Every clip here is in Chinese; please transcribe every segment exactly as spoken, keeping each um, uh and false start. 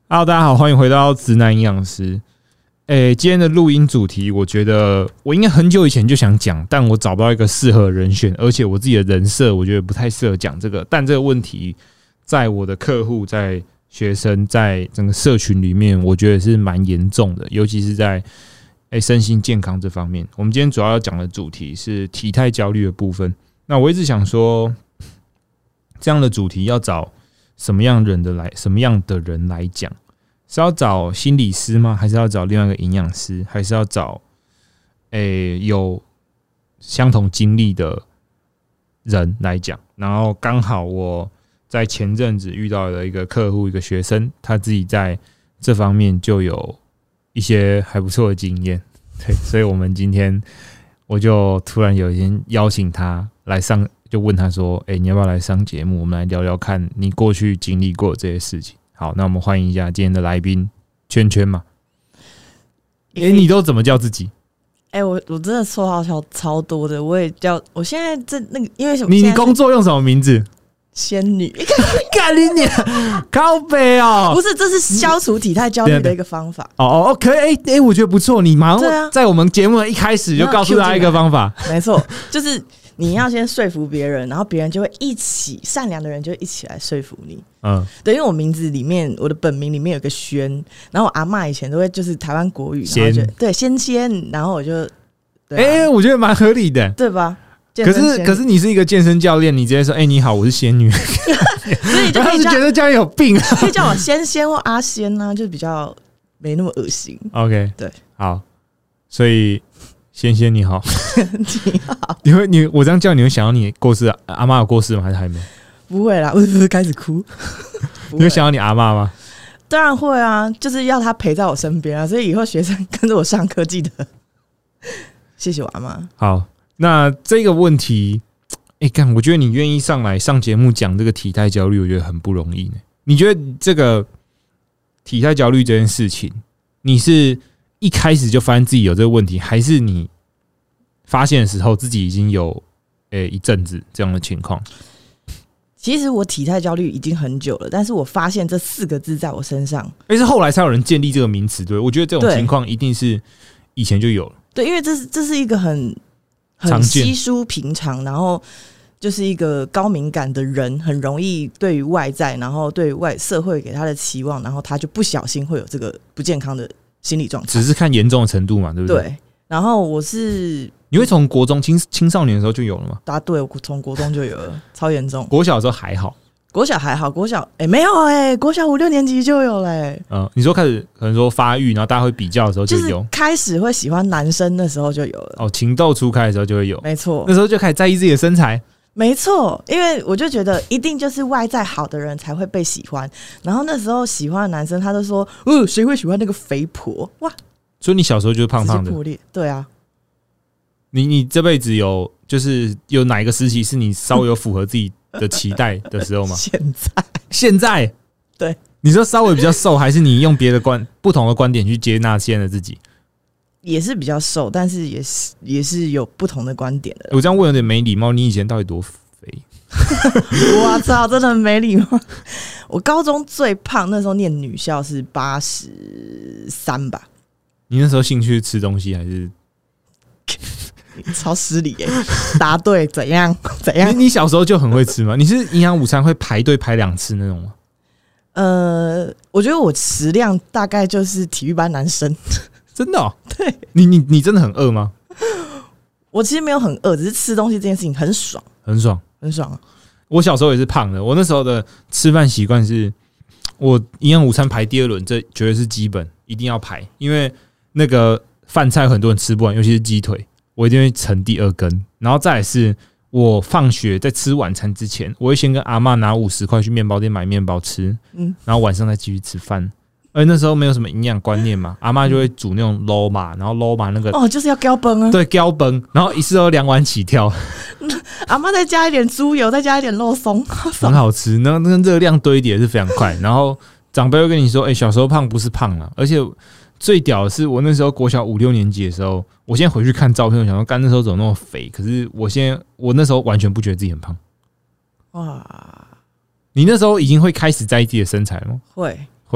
Hello， 大家好，欢迎回到直男营养师。诶，今天的录音主题，我觉得我应该很久以前就想讲，但我找不到一个适合的人选，而且我自己的人设，我觉得不太适合讲这个。但这个问题，在我的客户、在学生、在整个社群里面，我觉得是蛮严重的，尤其是在诶身心健康这方面。我们今天主要要讲的主题是体态焦虑的部分。那我一直想说，这样的主题要找什么样人的来，什么样的人来讲？是要找心理师吗？还是要找另外一个营养师？还是要找诶、欸、有相同经历的人来讲？然后刚好我在前阵子遇到了一个客户，一个学生，他自己在这方面就有一些还不错的经验，对，所以我们今天我就突然有一天邀请他来上，就问他说：“哎、欸，你要不要来上节目？我们来聊聊看你过去经历过这些事情。”好，那我们欢迎一下今天的来宾圈圈嘛。哎、欸，你都怎么叫自己？ 哎、欸，我我真的绰号超超多的，我也叫，我现在这那个，因为什么？ 你你工作用什么名字？ 仙女， 干你娘，靠北哦！ 不是，这是消除体态焦虑的一个方法。 哦哦，可以，哎、欸、哎，我觉得不错。你马上在我们节目的一开始就告诉大家一个方法， 没错，就是你要先说服别人，然后别人就会一起，善良的人就会一起来说服你。嗯，对，因为我名字里面，我的本名里面有个轩，然后我阿嬷以前都会就是台湾国语，然后就对仙仙，然后我就，哎、 啊欸，我觉得蛮合理的， 对吧？ 可是可是你是一个健身教练，你直接说：“哎、欸，你好，我是仙女。” 所以你就可以觉得教练有病、啊， 可以叫我仙仙或阿仙呢、啊，就比较没那么恶心。 OK， 对， 好，所以仙仙你好， 你好， 你会你我这样叫你会想到你过世、啊、阿嬷有过世吗？还是还没？ 不会啦，我是开始哭。 你会想到你阿嬷吗？ 当然会啊，就是要她陪在我身边啊，所以以后学生跟着我上课，记得谢谢我阿嬷。 好。那这个问题，哎、欸，干，我觉得你愿意上来上节目讲这个体态焦虑，我觉得很不容易呢。你觉得这个体态焦虑这件事情，你是一开始就发现自己有这个问题，还是你发现的时候自己已经有诶、欸、一阵子这样的情况？ 其实我体态焦虑已经很久了，但是我发现这四个字在我身上， 而、欸、是后来才有人建立这个名词，对？我觉得这种情况一定是以前就有了， 对，因为这是这是一个很。很稀疏平常，然后就是一个高敏感的人，很容易对于外在，然后对于外社会给他的期望，然后他就不小心会有这个不健康的心理状态。 只是看严重的程度嘛，对不对？ 对。然后我是你会从国中青青少年的时候就有了吗？ 答对，我从国中就有了，超严重。 国小的时候还好。 国小还好，国小哎、欸、没有哎、欸，国小五六年级就有嘞、欸。 嗯，你说开始可能说发育，然后大家会比较的时候就有， 就是开始会喜欢男生的时候就有了。 哦，情窦初开的时候就会有， 没错， 那时候就开始在意自己的身材。 没错，因为我就觉得一定就是外在好的人才会被喜欢。然后那时候喜欢的男生，他就说：“呃，谁会喜欢那个肥婆？”哇！ 所以你小时候就是胖胖的。 对啊， 你你这辈子有就是有哪一个时期是你稍微有符合自己的期待的时候吗？ 现在， 现在， 对， 你说稍微比较瘦，还是你用别的观不同的观点去接纳现在的自己？ 也是比较瘦，但是也是也是有不同的观点的。 我这样问有点没礼貌，你以前到底多肥？ 我操，真的很没礼貌。我高中最胖，那时候念女校是八十三吧。 你那时候兴趣吃东西还是？ 超失礼耶、欸！答对，怎样怎样？ 你你小时候就很会吃吗？你是营养午餐会排队排两次那种吗？ 呃，我觉得我食量大概就是体育班男生。 真的、哦？ 对， 你你你真的很饿吗？ 我其实没有很饿，只是吃东西这件事情很爽， 很爽， 很爽、啊。 我小时候也是胖的，我那时候的吃饭习惯是，我营养午餐排第二轮，这绝对是基本，一定要排，因为那个饭菜很多人吃不完，尤其是鸡腿。我一定会盛第二根，然后再来是我放学在吃晚餐之前，我会先跟阿嬷拿五十块去面包店买面包吃，嗯，然后晚上再继续吃饭。而那时候没有什么营养观念嘛，阿嬷就会煮那种捞嘛，然后捞嘛那个哦，就是要浇崩啊， 对，浇崩，然后一次都两碗起跳。 阿嬷再加一点猪油，再加一点肉松， 很好吃。那那个热量堆叠是非常快，然后长辈会跟你说：“哎、欸，小时候胖不是胖啊，而且。”最屌的是，我那时候国小五六年级的时候，我现在回去看照片，我想说，干那时候怎么那么肥？可是我现在，我那时候完全不觉得自己很胖。哇！你那时候已经会开始在意自己的身材了吗？ 会， 会。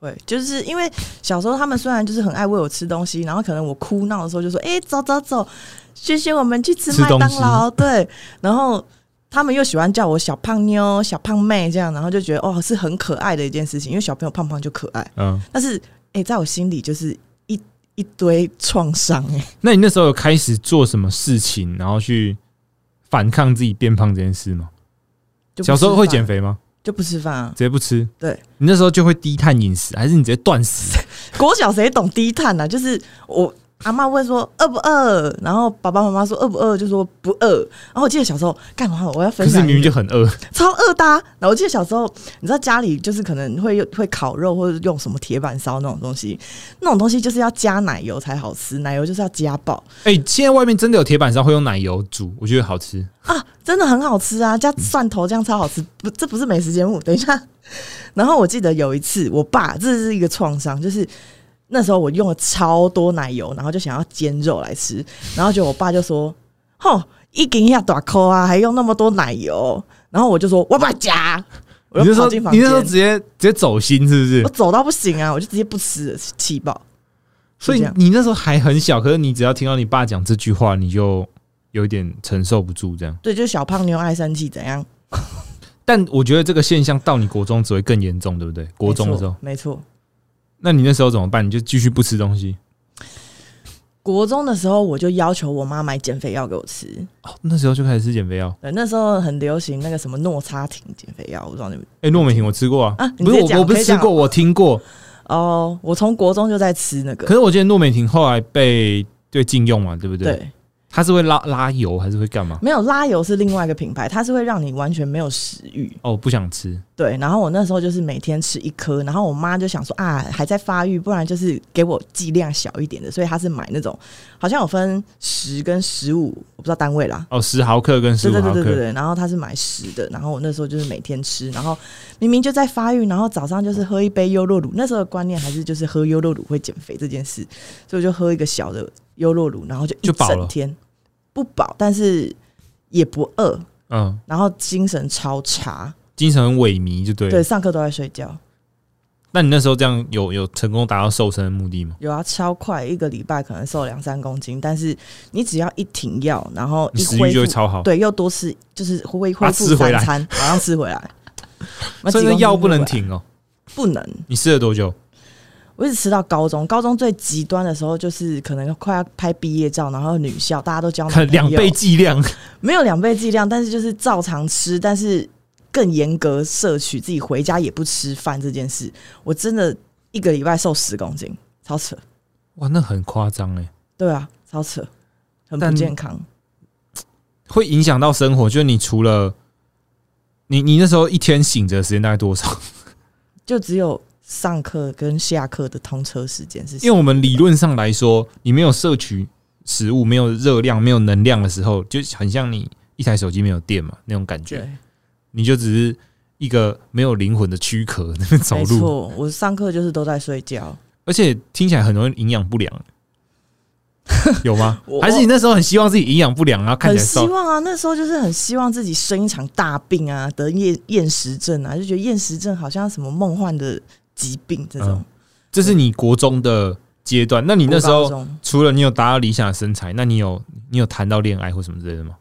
会，就是因为小时候他们虽然就是很爱喂我吃东西，然后可能我哭闹的时候就说：“哎、欸，走走走，学学我们去吃麦当劳。”对，然后他们又喜欢叫我小胖妞、小胖妹这样，然后就觉得哦是很可爱的一件事情，因为小朋友胖胖就可爱。嗯，但是哎、欸，在我心里就是一一堆创伤哎。 那你那时候有开始做什么事情，然后去反抗自己变胖这件事吗？小时候会减肥吗？ 就不吃饭啊， 直接不吃。 对， 你那时候就会低碳饮食，还是你直接断食？ 国小谁懂低碳啊？就是我阿嬷问说饿不饿，然后爸爸妈妈说饿不饿，就说不饿。然后我记得小时候干嘛？我要分享， 可是明明就很饿， 超饿的、啊。然后我记得小时候，你知道家里就是可能会会烤肉，或者用什么铁板烧那种东西，那种东西就是要加奶油才好吃，奶油就是要加爆。 哎、欸，现在外面真的有铁板烧会用奶油煮，我觉得好吃啊，真的很好吃啊，加蒜头这样超好吃。不，这不是美食节目，等一下。然后我记得有一次，我爸这是一个创伤，就是那时候我用了超多奶油，然后就想要煎肉来吃，然后就我爸就说：“吼，一斤下大颗啊，还用那么多奶油。”然后我就说：“我不加。”我就跑进房间， 你那时候直接直接走心是不是？ 我走到不行啊，我就直接不吃了，气爆。 所以你那时候还很小，可是你只要听到你爸讲这句话，你就有点承受不住，这样。 对，就是小胖妞爱生气，怎样？ 但我觉得这个现象到你国中只会更严重，对不对？国中的时候， 没错。 那你那时候怎么办？你就继续不吃东西？ 国中的时候，我就要求我妈买减肥药给我吃。 哦，那时候就开始吃减肥药。 对，那时候很流行那个什么诺差婷减肥药，我不知道你们。 哎、欸，诺美婷我吃过啊， 啊不是我我不是吃过，我听过。 哦，我从国中就在吃那个。 可是我记得诺美婷后来被对禁用嘛，对不对？ 对。 它是会拉拉油还是会干嘛？ 没有，拉油是另外一个品牌，它是会让你完全没有食欲。 哦，不想吃。 对，然后我那时候就是每天吃一颗，然后我妈就想说啊，还在发育，不然就是给我剂量小一点的，所以她是买那种好像有分十跟十五，我不知道单位啦。 哦，十毫克跟十五毫克。 对对对对对。然后她是买十的，然后我那时候就是每天吃，然后明明就在发育，然后早上就是喝一杯优酪乳，那时候的观念还是就是喝优酪乳会减肥这件事，所以我就喝一个小的优酪乳，然后就一整天。不饱，但是也不饿，嗯，然后精神超差， 精神很萎靡，就对了。 对，上课都在睡觉。 那你那时候这样有有成功达到瘦身的目的吗？ 有啊，超快，一个礼拜可能瘦两三公斤，但是你只要一停药，然后一食欲就会超好， 对，又多吃，就是会恢复三餐，马上吃回来。 所以那药不能停哦， 不能。 你吃了多久？ 我一直吃到高中，高中最极端的时候就是可能快要拍毕业照，然后女校大家都交男朋友， 两倍剂量， 没有两倍剂量，但是就是照常吃，但是更严格摄取，自己回家也不吃饭这件事，我真的一个礼拜瘦十公斤，超扯！ 哇，那很夸张哎。 对啊，超扯，很不健康， 会影响到生活。就是你除了你，你那时候一天醒着的时间大概多少？ 就只有上课跟下课的通车时间是， 因为我们理论上来说，你没有摄取食物、没有热量、没有能量的时候，就很像你一台手机没有电嘛那种感觉。你就只是一个没有灵魂的躯壳那边走路。 没错，我上课就是都在睡觉， 而且听起来很容易营养不良。有吗？还是你那时候很希望自己营养不良，然后看起来瘦？ 很希望啊，那时候就是很希望自己生一场大病啊，得厌厌食症啊，就觉得厌食症好像什么梦幻的疾病这种、嗯。 这是你国中的阶段，那你那时候除了你有达到理想的身材，那你有你有谈到恋爱或什么之类的吗？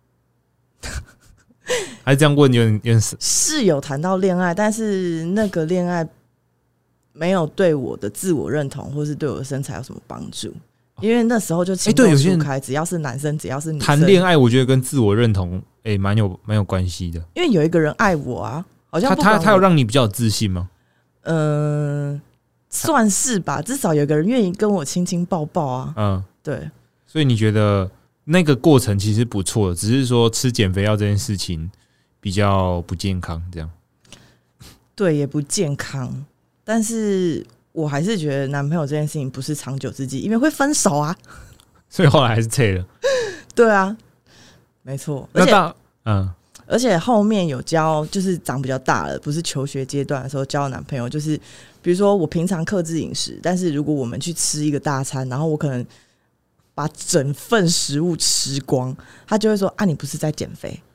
还是这样问有点有点是有谈到恋爱，但是那个恋爱没有对我的自我认同或是对我的身材有什么帮助。因为那时候就情窦初开，只要是男生，只要是女生， 谈恋爱，我觉得跟自我认同诶蛮、欸、有蛮有关系的。 因为有一个人爱我啊，好像他他他有让你比较有自信吗？ 嗯、呃，算是吧，至少有个人愿意跟我亲亲抱抱啊。嗯，对。 所以你觉得那个过程其实不错的，只是说吃减肥药这件事情比较不健康，这样。 对，也不健康，但是。我还是觉得男朋友这件事情不是长久之计，因为会分手啊。 所以后来还是退了。 对啊，没错。而且， 嗯， 而且后面有交，就是长比较大了，不是求学阶段的时候交男朋友，就是比如说我平常克制饮食，但是如果我们去吃一个大餐，然后我可能把整份食物吃光，他就会说啊，你不是在减肥。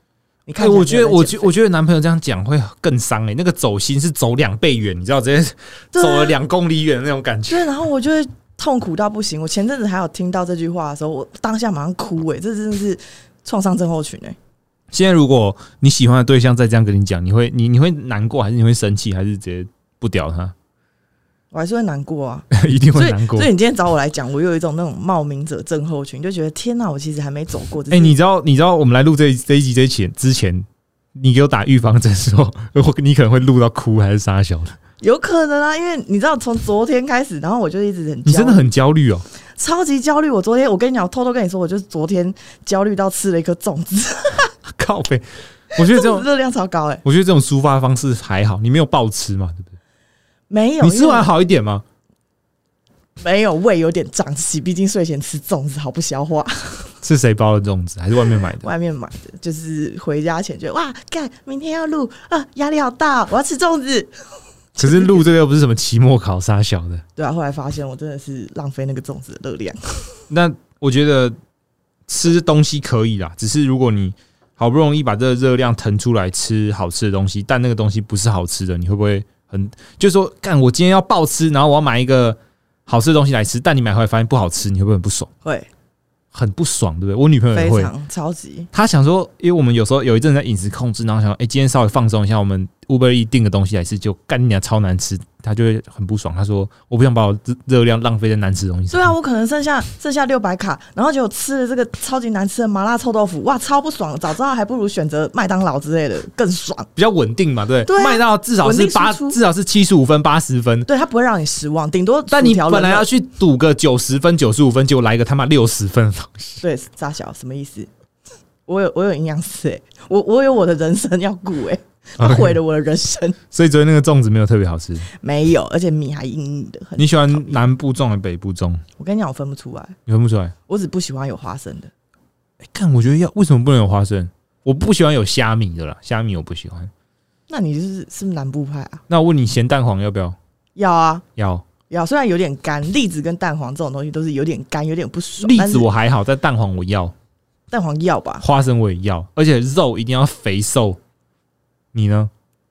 你看起来我觉得，我觉我觉得男朋友这样讲会更伤哎、欸，那个走心是走两倍远，你知道，直接走了两公里远的那种感觉。 对，然后我就会痛苦到不行。我前阵子还有听到这句话的时候，我当下马上哭哎、欸，这真的是创伤症候群哎、欸。 现在如果你喜欢的对象再这样跟你讲，你会你你会难过，还是你会生气，还是直接不屌他？ 我还是会难过啊， 一定会难过。 所以你今天找我来讲，我有一种那种冒名者症候群，就觉得天哪，我其实还没走过。哎、 欸，你知道你知道我们来录这这一集之前之前，你给我打预防针说，你可能会录到哭还是傻小的？ 有可能啊，因为你知道从昨天开始，然后我就一直很焦虑， 你真的很焦虑哦， 超级焦虑。我昨天我跟你讲，我偷偷跟你说，我就是昨天焦虑到吃了一颗粽子， 靠北。我觉得这种热量超高哎、欸， 我觉得这种抒发方式还好，你没有暴吃嘛，对不对？ 没有， 你吃完好一点吗？ 没有，胃有点胀气，毕竟睡前吃粽子好不消化。 是谁包的粽子，还是外面买的？ 外面买的，就是回家前觉得哇，干，明天要录啊，压力好大、哦，我要吃粽子。 可是录这个又不是什么期末考杀小的。 对啊，后来发现我真的是浪费那个粽子的热量。 那我觉得吃东西可以啦，只是如果你好不容易把这个热量腾出来吃好吃的东西，但那个东西不是好吃的，你会不会很就是说，干我今天要暴吃，然后我要买一个好吃的东西来吃，但你买回来发现不好吃，你会不会很不爽？ 会， 很不爽，对不对？我女朋友也会， 非常超级。 她想说，因为我们有时候有一阵在饮食控制，然后想说，哎、欸，今天稍微放松一下，我们 Uber Eats 订个东西来吃，就干你娘超难吃，她就会很不爽。她说，我不想把我热量浪费在难吃的东西上。 对啊，我可能剩下剩下六百卡，然后就吃了这个超级难吃的麻辣臭豆腐，哇，超不爽！早知道还不如选择麦当劳之类的更爽， 比较稳定嘛，对。 对啊、 麦当劳至少是八，至少是七十五分、八十分， 对，它不会让你失望，顶多。 但你本来要去赌个九十分、九十五分，结果来一个他妈六十分的东西。 对，傻小什么意思？我有我有营养师哎，我我有我的人生要顾哎、欸。他毁了我的人生， okay. 所以昨天那个粽子没有特别好吃， 没有，而且米还硬硬的。 你喜欢南部粽还是北部粽？ 我跟你讲，我分不出来， 你分不出来？ 我只不喜欢有花生的。 哎、欸，看，我觉得要为什么不能有花生？我不喜欢有虾米的啦，虾米我不喜欢。 那你就是是不是南部派啊？ 那我问你，咸蛋黄要不要？ 要啊， 要要。虽然有点干，栗子跟蛋黄这种东西都是有点干，有点不爽。 栗子我还好，但蛋黄我要。 蛋黄要吧？ 花生我也要，而且肉一定要肥瘦。你呢？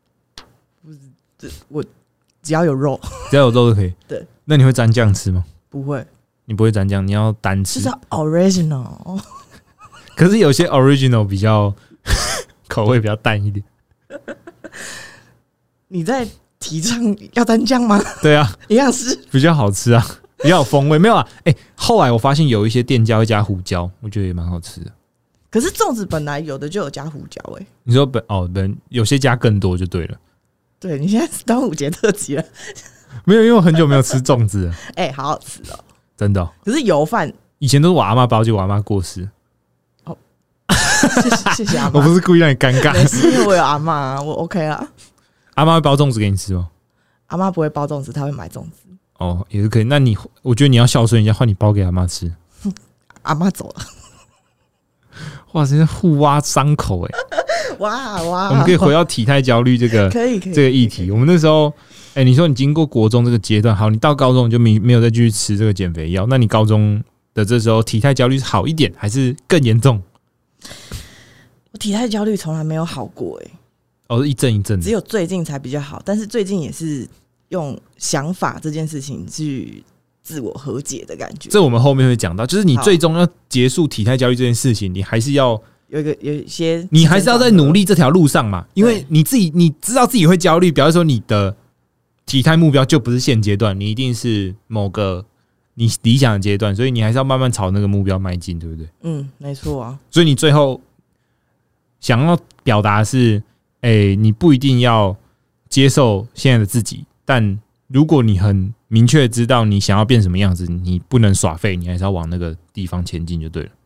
我只要有肉， 只要有肉就可以。 对， 那你会沾酱吃吗？ 不会， 你不会沾酱，你要单吃。 就是 original。 可是有些 original 比较口味比较淡一点。 你在提倡要沾酱吗？ 对啊， 一样是比较好吃啊，比较有风味。没有啊，哎、欸，后来我发现有一些店家会加胡椒，我觉得也蛮好吃的。 可是粽子本来有的就有加胡椒哎、欸。 你说本哦本有些加更多就对了。 对，你现在是端午节特辑了。 没有，因为我很久没有吃粽子了。 哎、欸，好好吃哦， 真的、哦。 可是油饭以前都是我阿嬷包，就我阿嬷过世。 哦，谢谢谢谢阿嬷。 我不是故意让你尴尬， 没事，因为我有阿嬷、啊，我 OK 啦。 阿嬷会包粽子给你吃吗？ 阿嬷不会包粽子，她会买粽子。 哦，也是可以。那你，我觉得你要孝顺一下，换你包给阿嬷吃。 阿嬷走了。 哇，真是互挖伤口哎、 欸！哇哇！ 我们可以回到体态焦虑这个可以可以这个议题。我们那时候，哎、欸，你说你经过国中这个阶段，好，你到高中你就没没有再继续吃这个减肥药，那你高中的这时候体态焦虑是好一点，还是更严重？ 我体态焦虑从来没有好过哎、欸， 哦，一阵一阵的， 只有最近才比较好。但是最近也是用想法这件事情去自我和解的感觉。 这我们后面会讲到，就是你最终要结束体态焦虑这件事情，你还是要有一个有一些， 你还是要在努力这条路上嘛。因为你自己你知道自己会焦虑，表示说你的体态目标就不是现阶段，你一定是某个你理想的阶段，所以你还是要慢慢朝那个目标迈进，对不对？ 嗯，没错啊。 所以你最后想要表达的是，哎、欸，你不一定要接受现在的自己，但如果你很明确知道你想要变什么样子，你不能耍废，你还是要往那个地方前进就对了。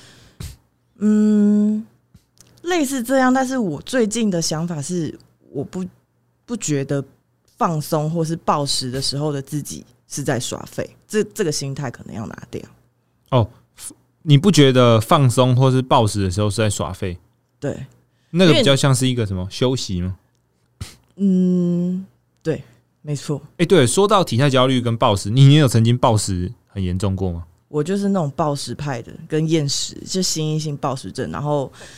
嗯，类似这样，但是我最近的想法是，我不不觉得放松或是暴食的时候的自己是在耍废，这这个心态可能要拿掉。 哦，你不觉得放松或是暴食的时候是在耍废？ 对， 那个比较像是一个什么休息吗？ 嗯，对。没错， 哎，对，说到体态焦虑跟暴食，你你有曾经暴食很严重过吗？ 我就是那种暴食派的，跟厌食，就心因性暴食症。然后，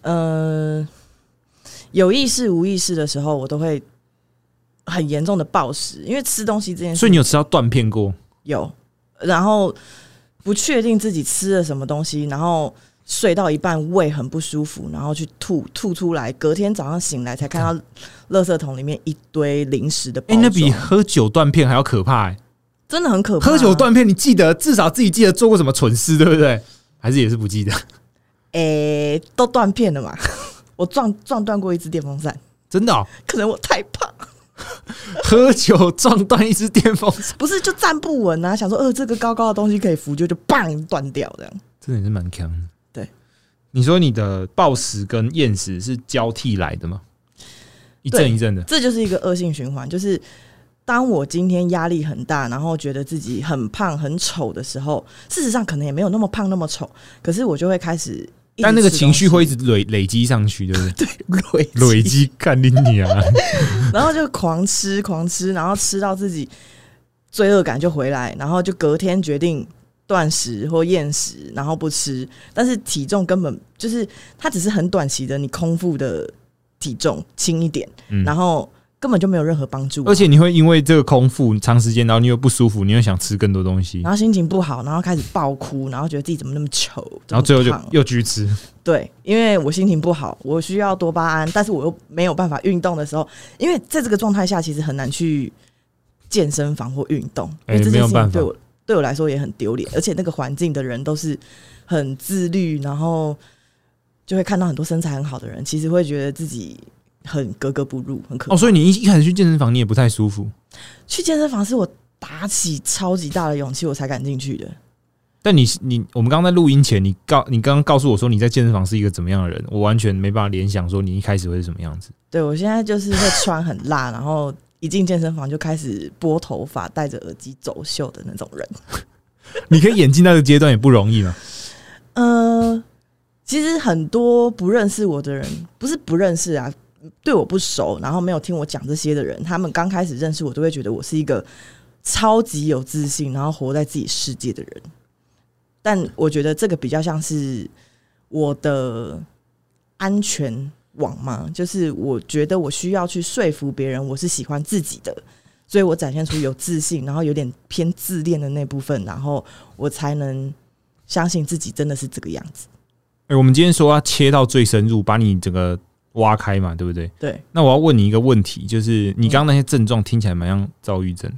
呃，有意识无意识的时候，我都会很严重的暴食，因为吃东西这件事。 所以你有吃到断片过？ 有，然后不确定自己吃了什么东西，然后睡到一半胃很不舒服，然后去吐吐出来，隔天早上醒来才看到垃圾桶里面一堆零食的包装。 哎、欸，那比喝酒断片还要可怕哎、欸！ 真的很可怕、啊。 喝酒断片，你记得至少自己记得做过什么蠢事，对不对？还是也是不记得？ 哎、欸，都断片了嘛。我撞撞断过一只电风扇， 真的、哦？ 可能我太胖， 喝酒撞断一只电风扇， 不是就站不稳啊？想说，呃，这个高高的东西可以扶，就就砰断掉，这样真的也是蛮强的。 对， 你说你的暴食跟厌食是交替来的吗？一阵一阵的， 这就是一个恶性循环。就是当我今天压力很大，然后觉得自己很胖很丑的时候，事实上可能也没有那么胖那么丑，可是我就会开始。 但那个情绪会一直累累积上去，对不对？ 对， 累累积干你娘！ 然后就狂吃狂吃，然后吃到自己罪恶感就回来，然后就隔天决定断食或厌食，然后不吃。但是体重根本就是它只是很短期的，你空腹的体重轻一点，嗯、然后根本就没有任何帮助、啊。 而且你会因为这个空腹长时间，然后你又不舒服，你又想吃更多东西， 然后心情不好，然后开始爆哭，然后觉得自己怎么那么丑， 然后最后就又继续吃。 对，因为我心情不好，我需要多巴胺，但是我又没有办法运动的时候，因为在这个状态下，其实很难去健身房或运动，因为这件事情对我对我来说也很丢脸，而且那个环境的人都是很自律，然后就会看到很多身材很好的人，其实会觉得自己很格格不入，很可怕。 哦，所以你一开始去健身房，你也不太舒服。 去健身房是我打起超级大的勇气，我才敢进去的。 但你你我们刚刚在录音前，你告你刚刚告诉我说你在健身房是一个怎么样的人，我完全没办法联想说你一开始会是什么样子。 对，我现在就是会穿很辣，然后一进健身房就开始拨头发、戴着耳机走秀的那种人。 你可以演进那个阶段也不容易吗？ 呃，其实很多不认识我的人，不是不认识啊，对我不熟，然后没有听我讲这些的人，他们刚开始认识我，都会觉得我是一个超级有自信，然后活在自己世界的人。但我觉得这个比较像是我的安全网嘛，就是我觉得我需要去说服别人我是喜欢自己的，所以我展现出有自信，然后有点偏自恋的那部分，然后我才能相信自己真的是这个样子。 欸，我们今天说要切到最深入，把你整个挖开嘛，对不对？ 对。 那我要问你一个问题，就是你刚刚那些症状听起来蛮像躁郁症。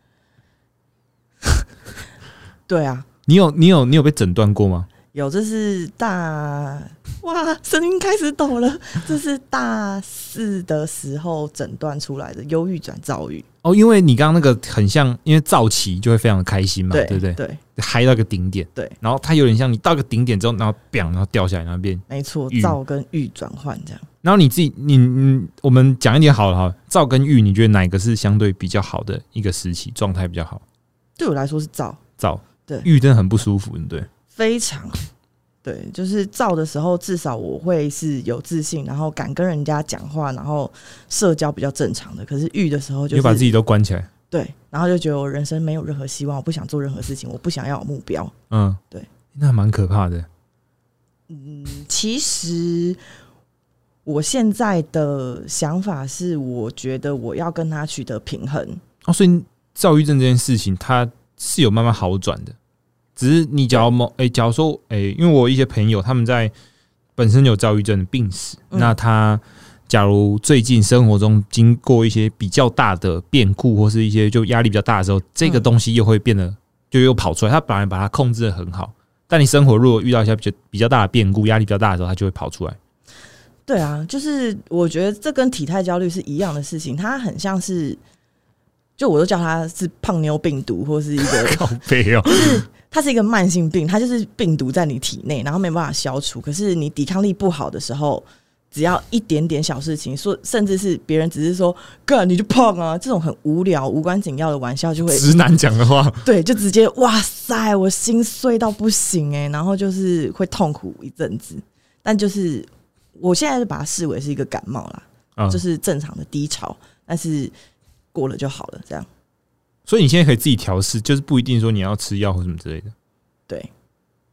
对啊。 你有你有你有被诊断过吗？ 有，这是大哇，声音开始抖了。这是大四的时候诊断出来的忧郁转躁郁。 哦，因为你刚刚那个很像，因为躁期就会非常的开心嘛， 对, 对不对？ 对， 嗨到一个顶点， 对， 然后它有点像你到一个顶点之后，然后 biang 然后掉下来，然后变没错，躁跟郁转换这样。 然后你自己，你你我们讲一点好了哈，躁跟郁，你觉得哪一个是相对比较好的一个时期，状态比较好？ 对我来说是躁， 躁。 对， 郁真的很不舒服，对， 非常对，就是躁的时候，至少我会是有自信，然后敢跟人家讲话，然后社交比较正常的。可是郁的时候，就是， 就把自己都关起来， 对，然后就觉得我人生没有任何希望，我不想做任何事情，我不想要有目标， 嗯， 对， 那蛮可怕的。 嗯，其实我现在的想法是，我觉得我要跟他取得平衡。 哦，所以躁郁症这件事情，它是有慢慢好转的，只是你假如某诶、欸，假如说诶、欸，因为我有一些朋友他们在本身有躁郁症的病史，嗯、那他假如最近生活中经过一些比较大的变故，或是一些就压力比较大的时候，这个东西又会变得就又跑出来。他本来把它控制得很好，但你生活如果遇到一些比较比较大的变故、压力比较大的时候，它就会跑出来。 对啊，就是我觉得这跟体态焦虑是一样的事情，它很像是。就我都叫它是胖妞病毒，或是一个靠背哦， 就是它是一个慢性病，它就是病毒在你体内，然后没办法消除。可是你抵抗力不好的时候，只要一点点小事情，说甚至是别人只是说“干你就胖啊”这种很无聊、无关紧要的玩笑，就会直男讲的话， 对，就直接哇塞，我心碎到不行哎、欸，然后就是会痛苦一阵子。但就是我现在就把它视为是一个感冒啦，嗯、就是正常的低潮，但是。过了就好了，这样。 所以你现在可以自己调试，就是不一定说你要吃药或什么之类的。 对，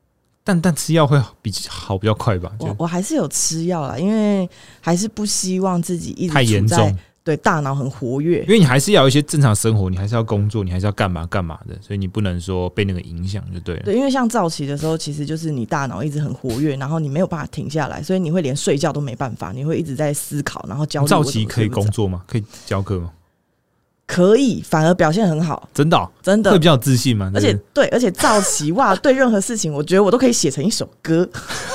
但但吃药会比好比较快吧？ 我我还是有吃药啦，因为还是不希望自己一直太严重， 对大脑很活跃。 因为你还是要有一些正常生活，你还是要工作，你还是要干嘛干嘛的，所以你不能说被那个影响就对了。 对，因为像躁期的时候，其实就是你大脑一直很活跃，然后你没有办法停下来，所以你会连睡觉都没办法，你会一直在思考，然后焦虑。 躁期可以工作吗？可以教课吗？ 可以，反而表现很好。 真的、哦、 真的会比较有自信吗？ 而且对，而且躁期哇，对任何事情，我觉得我都可以写成一首歌，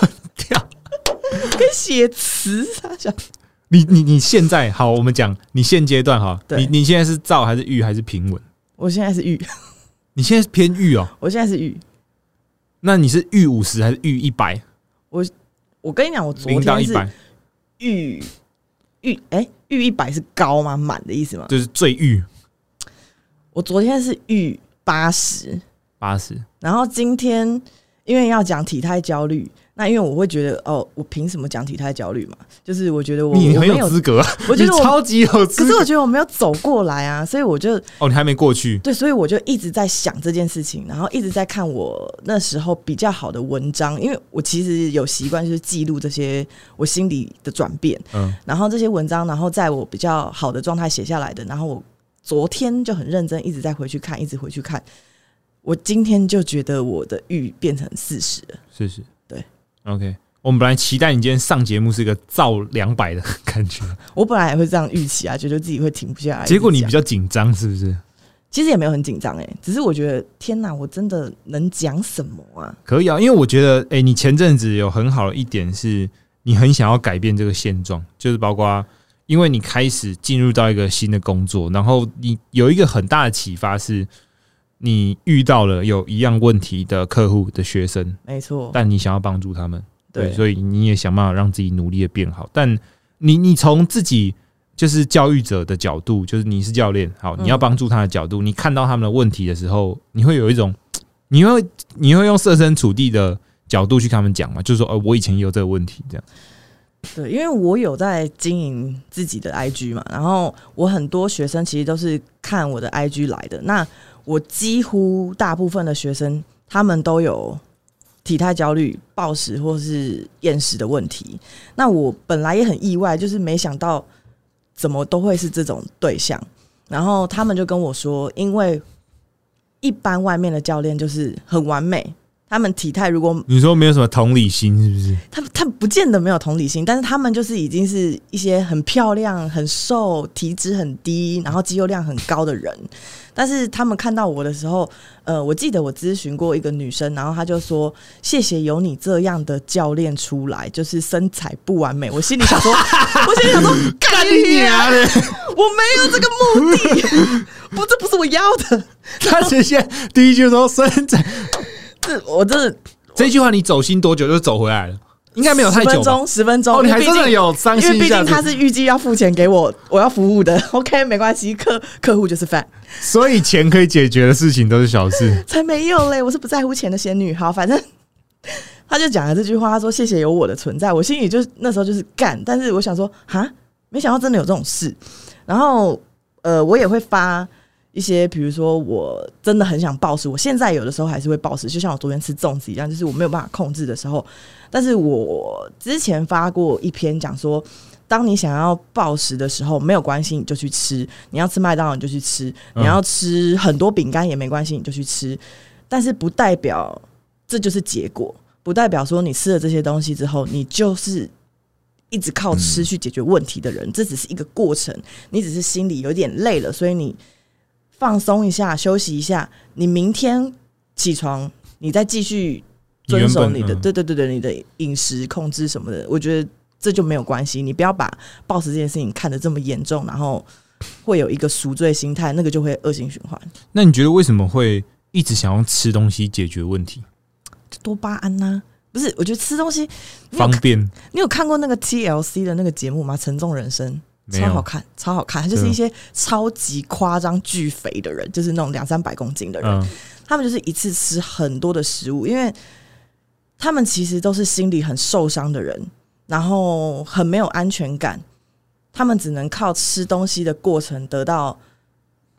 可以写词。 你你你现在好，我们讲你现阶段哈，你你现在是躁还是郁还是平稳？ 我现在是郁。 你现在是偏郁哦？ 我现在是郁。 那你是郁五十还是郁一百？ 我我跟你讲，我昨天是郁郁哎。郁一百是高吗？满的意思吗？ 就是最郁。 我昨天是郁八十， 八十。然后今天因为要讲体态焦虑，那因为我会觉得哦，我凭什么讲体态焦虑嘛？就是我觉得我你很有资格、啊，我觉得我超级有资格。 可是我觉得我没有走过来啊，所以我就哦，你还没过去。 对，所以我就一直在想这件事情，然后一直在看我那时候比较好的文章，因为我其实有习惯就是记录这些我心理的转变，嗯，然后这些文章，然后在我比较好的状态写下来的，然后我昨天就很认真，一直在回去看，一直回去看。我今天就觉得我的郁变成四十了， 四十， 对 ，OK。我们本来期待你今天上节目是一个躁两百的感觉， 我本来也会这样预期啊，觉得自己会停不下来。 结果你比较紧张，是不是？ 其实也没有很紧张哎，只是我觉得天哪，我真的能讲什么啊？ 可以啊，因为我觉得，哎、欸，你前阵子有很好的一点是，你很想要改变这个现状，就是包括因为你开始进入到一个新的工作，然后你有一个很大的启发是。你遇到了有一样问题的客户的学生， 没错， 但你想要帮助他们，对， 对， 所以你也想办法让自己努力的变好。但你你从自己就是教育者的角度，就是你是教练，好，你要帮助他的角度，嗯、你看到他们的问题的时候，你会有一种，你会你会用设身处地的角度去跟他们讲嘛？就是说，呃，我以前也有这个问题，这样。 对，因为我有在经营自己的 I G 嘛，然后我很多学生其实都是看我的 I G 来的，那。我几乎大部分的学生，他们都有体态焦虑、暴食或是厌食的问题。那我本来也很意外，就是没想到怎么都会是这种对象。然后他们就跟我说，因为一般外面的教练就是很完美，他们体态如果你说没有什么同理心，是不是？ 他他不见得没有同理心，但是他们就是已经是一些很漂亮、很瘦、体脂很低，然后肌肉量很高的人。但是他们看到我的时候，呃，我记得我咨询过一个女生，然后她就说：“谢谢有你这样的教练出来，就是身材不完美。”我心里想说，我心里想说，干你娘的！我没有这个目的，不，这不是我要的。 他直接第一句说身材， 这我真的这句话你走心多久就走回来了？应该没有太久吧， 十分钟，十分钟。 哦，你还真的有伤心一下， 因为毕竟他是预计要付钱给我，我要服务的。OK， 没关系，客客户就是饭， 所以钱可以解决的事情都是小事。 才没有嘞，我是不在乎钱的仙女。好，反正他就讲了这句话，他说谢谢有我的存在。我心里就那时候就是干，但是我想说，哈，没想到真的有这种事。然后呃，我也会发一些，比如说我真的很想暴食，我现在有的时候还是会暴食，就像我昨天吃粽子一样，就是我没有办法控制的时候。但是我之前发过一篇讲说，当你想要暴食的时候，没有关系，你就去吃。你要吃麦当劳你就去吃，你要吃很多饼干也没关系，你就去吃。但是不代表这就是结果，不代表说你吃了这些东西之后，你就是一直靠吃去解决问题的人。这只是一个过程，你只是心里有点累了，所以你放松一下，休息一下。你明天起床，你再继续遵守你的，对对对对，你的饮食控制什么的，我觉得这就没有关系。你不要把暴食这件事情看得这么严重，然后会有一个赎罪心态，那个就会恶性循环。 那你觉得为什么会一直想要吃东西解决问题？ 多巴胺啊，不是？我觉得吃东西方便。 你有看过那个 T L C 的那个节目吗？沉重人生。超好看，超好看！就是一些超级夸张巨肥的人，就是那种两三百公斤的人，嗯，他们就是一次吃很多的食物，因为他们其实都是心里很受伤的人，然后很没有安全感，他们只能靠吃东西的过程得到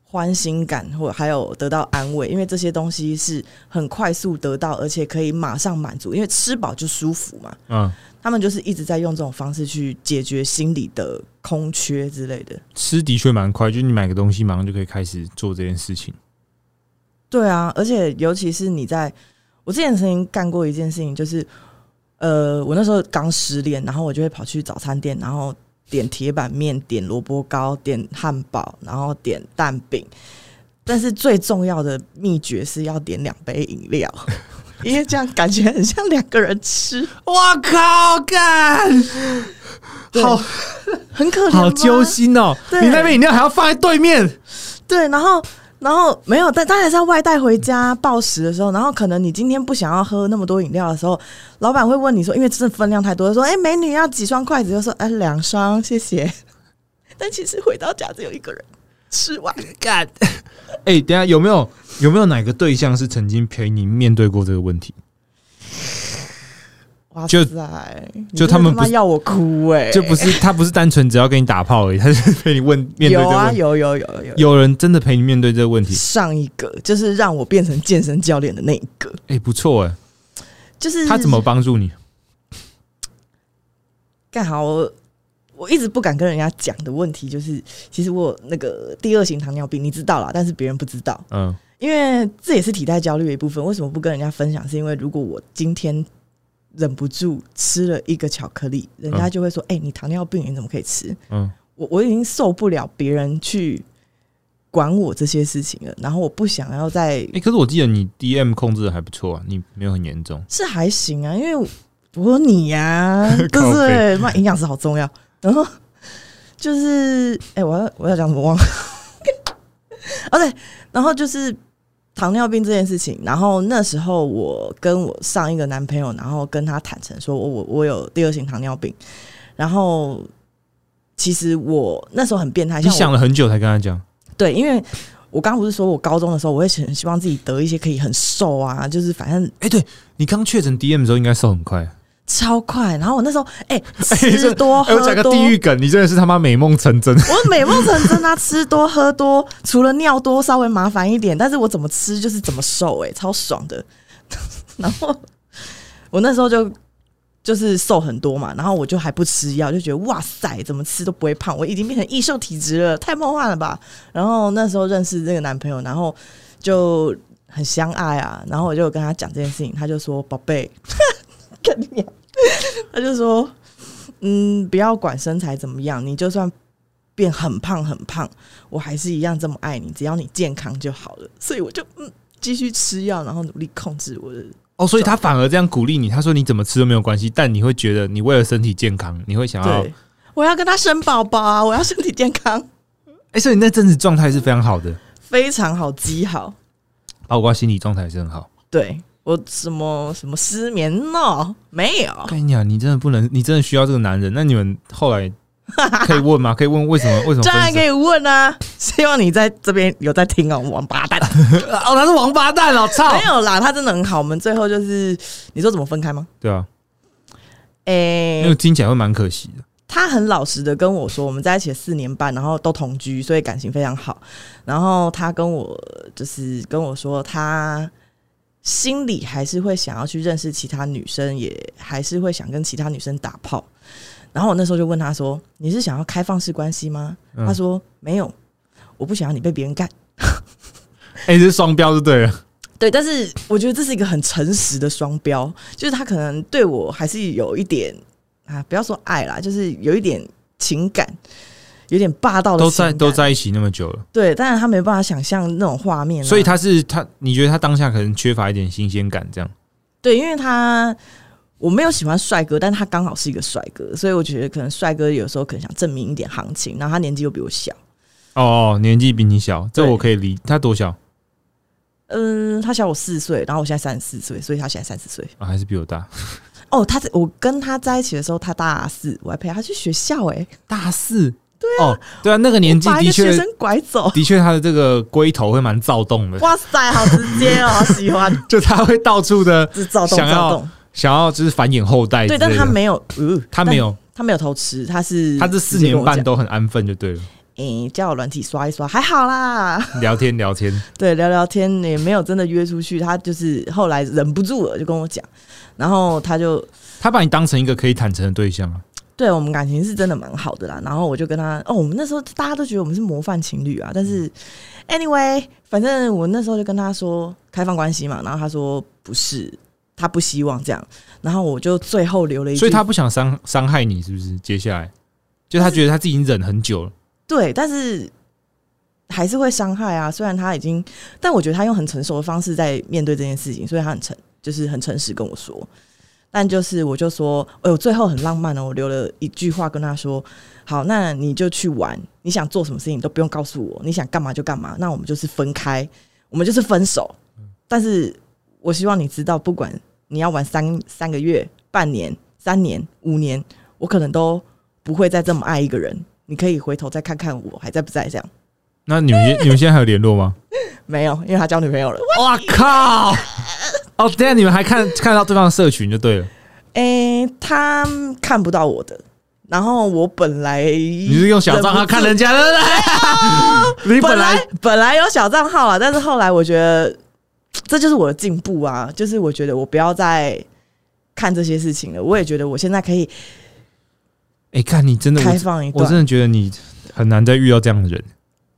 欢欣感，或还有得到安慰，因为这些东西是很快速得到，而且可以马上满足，因为吃饱就舒服嘛。嗯，他们就是一直在用这种方式去解决心理的空缺之类的。 吃的确蛮快，就是你买个东西马上就可以开始做这件事情。 对啊，而且尤其是你在，我之前曾经干过一件事情，就是呃，我那时候刚失恋，然后我就会跑去早餐店，然后点铁板面，点萝卜糕，点汉堡，然后点蛋饼。但是最重要的秘诀是要点两杯饮料，因为这样感觉很像两个人吃。 哇靠，干，好很可怜， 好揪心哦！你那杯饮料还要放在对面， 对，然后。然后没有，但当然是要外带回家报时的时候，然后可能你今天不想要喝那么多饮料的时候，老板会问你说，因为真的分量太多，说：“哎、欸，美女要几双筷子？”就说：“哎、欸，两双，谢谢。”但其实回到家只有一个人吃完，干。 哎、欸，等一下有没有有没有哪个对象是曾经陪你面对过这个问题？ 哇塞！就就他们不是要我哭哎、欸， 就不是他不是单纯只要跟你打炮而已，他是陪你问面对这个问题。有啊，有有有有， 有人真的陪你面对这个问题。 上一个就是让我变成健身教练的那一个， 哎、欸，不错哎、欸， 就是他怎么帮助你？ 干好我，我一直不敢跟人家讲的问题就是，其实我有那个第二型糖尿病，你知道啦，但是别人不知道。嗯，因为这也是体态焦虑的一部分。为什么不跟人家分享？是因为如果我今天忍不住吃了一个巧克力，人家就会说：“哎、嗯欸，你糖尿病，你怎么可以吃？”嗯，我我已经受不了别人去管我这些事情了，然后我不想要再…… 哎、欸，可是我记得你 D M 控制的还不错啊，你没有很严重， 是还行啊，因为我有你呀、啊，对不对？妈，营养师好重要。然后就是，哎、欸，我要我要讲什么忘了？哦对，然后就是。糖尿病这件事情，然后那时候我跟我上一个男朋友，然后跟他坦诚说我我我有第二型糖尿病，然后其实我那时候很变态， 你想了很久才跟他讲。 对，因为我刚刚不是说我高中的时候，我会很希望自己得一些可以很瘦啊，就是反正哎、欸，对你刚确诊 D M 的时候应该瘦很快。 超快，然后我那时候哎、欸、吃多喝多， 我讲个地狱梗，你真的是他妈美梦成真。 我美梦成真啊！吃多喝多，除了尿多稍微麻烦一点，但是我怎么吃就是怎么瘦、欸，哎，超爽的。然后我那时候就就是瘦很多嘛，然后我就还不吃药，就觉得哇塞，怎么吃都不会胖，我已经变成易瘦体质了，太梦幻了吧？然后那时候认识这个男朋友，然后就很相爱啊，然后我就跟他讲这件事情，他就说：“宝贝。”跟你讲，他就说：“嗯，不要管身材怎么样，你就算变很胖很胖，我还是一样这么爱你，只要你健康就好了。”所以我就嗯继续吃药，然后努力控制我的。 哦，所以他反而这样鼓励你，他说你怎么吃都没有关系，但你会觉得你为了身体健康，你会想要对我要跟他生宝宝啊，我要身体健康。 哎、欸，所以你那阵子状态是非常好的， 非常好，极好， 包括心理状态也是很好。 对。我什么什么失眠呢？没有。 跟你讲，你真的不能，你真的需要这个男人。那你们后来可以问吗？可以问为什么？为什么？ 当然可以问啊！希望你在这边有在听哦，王八蛋！ 哦，他是王八蛋哦，操！ 没有啦，他真的很好。我们最后就是你说怎么分开吗？ 对啊， 哎、欸， 因为听起来会蛮可惜的。 他很老实的跟我说，我们在一起四年半，然后都同居，所以感情非常好。然后他跟我就是跟我说，他心里还是会想要去认识其他女生，也还是会想跟其他女生打炮。然后我那时候就问他说：“你是想要开放式关系吗？”嗯、他说：“没有，我不想要你被别人干。” 哎、欸，这是双标就对了。 对，但是我觉得这是一个很诚实的双标，就是他可能对我还是有一点啊，不要说爱啦，就是有一点情感。有点霸道的都在都在一起那么久了， 对，当然他没办法想象那种画面、啊， 所以他是他，你觉得他当下可能缺乏一点新鲜感，这样？ 对，因为他我没有喜欢帅哥，但他刚好是一个帅哥，所以我觉得可能帅哥有时候可能想证明一点行情，然后他年纪又比我小。 哦，年纪比你小，这我可以理。他多小？ 嗯，他小我四岁，然后我现在三十四岁，所以他现在三十岁啊，还是比我大。 哦，他我跟他在一起的时候，他大四，我还陪他去学校、欸，哎， 大四。 对啊、 哦，对啊，那个年纪的确， 学生拐走， 的确他的这个龟头会蛮躁动的。 哇塞，好直接哦，好喜欢。 就他会到处的想要想要就是繁衍后代， 对，但他没有，呃， 他没有， 他没有偷吃，他是他这四年半都很安分就对了。 诶、欸，交友软体刷一刷，还好啦， 聊天聊天， 对，聊聊天也没有真的约出去。他就是后来忍不住了，就跟我讲，然后他就他把你当成一个可以坦诚的对象啊。 对，我们感情是真的蛮好的啦。然后我就跟他，哦，我们那时候大家都觉得我们是模范情侣啊。但是 anyway， 反正我那时候就跟他说开放关系嘛，然后他说不是，他不希望这样。然后我就最后留了一句， 所以他不想伤伤害你，是不是？接下来，就他觉得他自己已经忍很久了。 对，但是还是会伤害啊。虽然他已经，但我觉得他用很成熟的方式在面对这件事情，所以他很诚，就是很诚实跟我说。但就是我就说，哎、欸，我最后很浪漫的，我留了一句话跟他说：好，那你就去玩，你想做什么事情都不用告诉我，你想干嘛就干嘛，那我们就是分开，我们就是分手。但是我希望你知道，不管你要玩三三个月、半年、三年、五年，我可能都不会再这么爱一个人。你可以回头再看看我还在不在这样。那你们你们现在还有联络吗？ 没有，因为他交女朋友了。 哇靠！哦，等一下你们还看看到对方的社群就对了。 诶、欸，他看不到我的，然后我本来你是用小账号看人家的，对你本来本来本来有小账号啊，但是后来我觉得这就是我的进步啊，就是我觉得我不要再看这些事情了。我也觉得我现在可以， 哎、欸，看你真的开放一段， 我真的觉得你很难再遇到这样的人。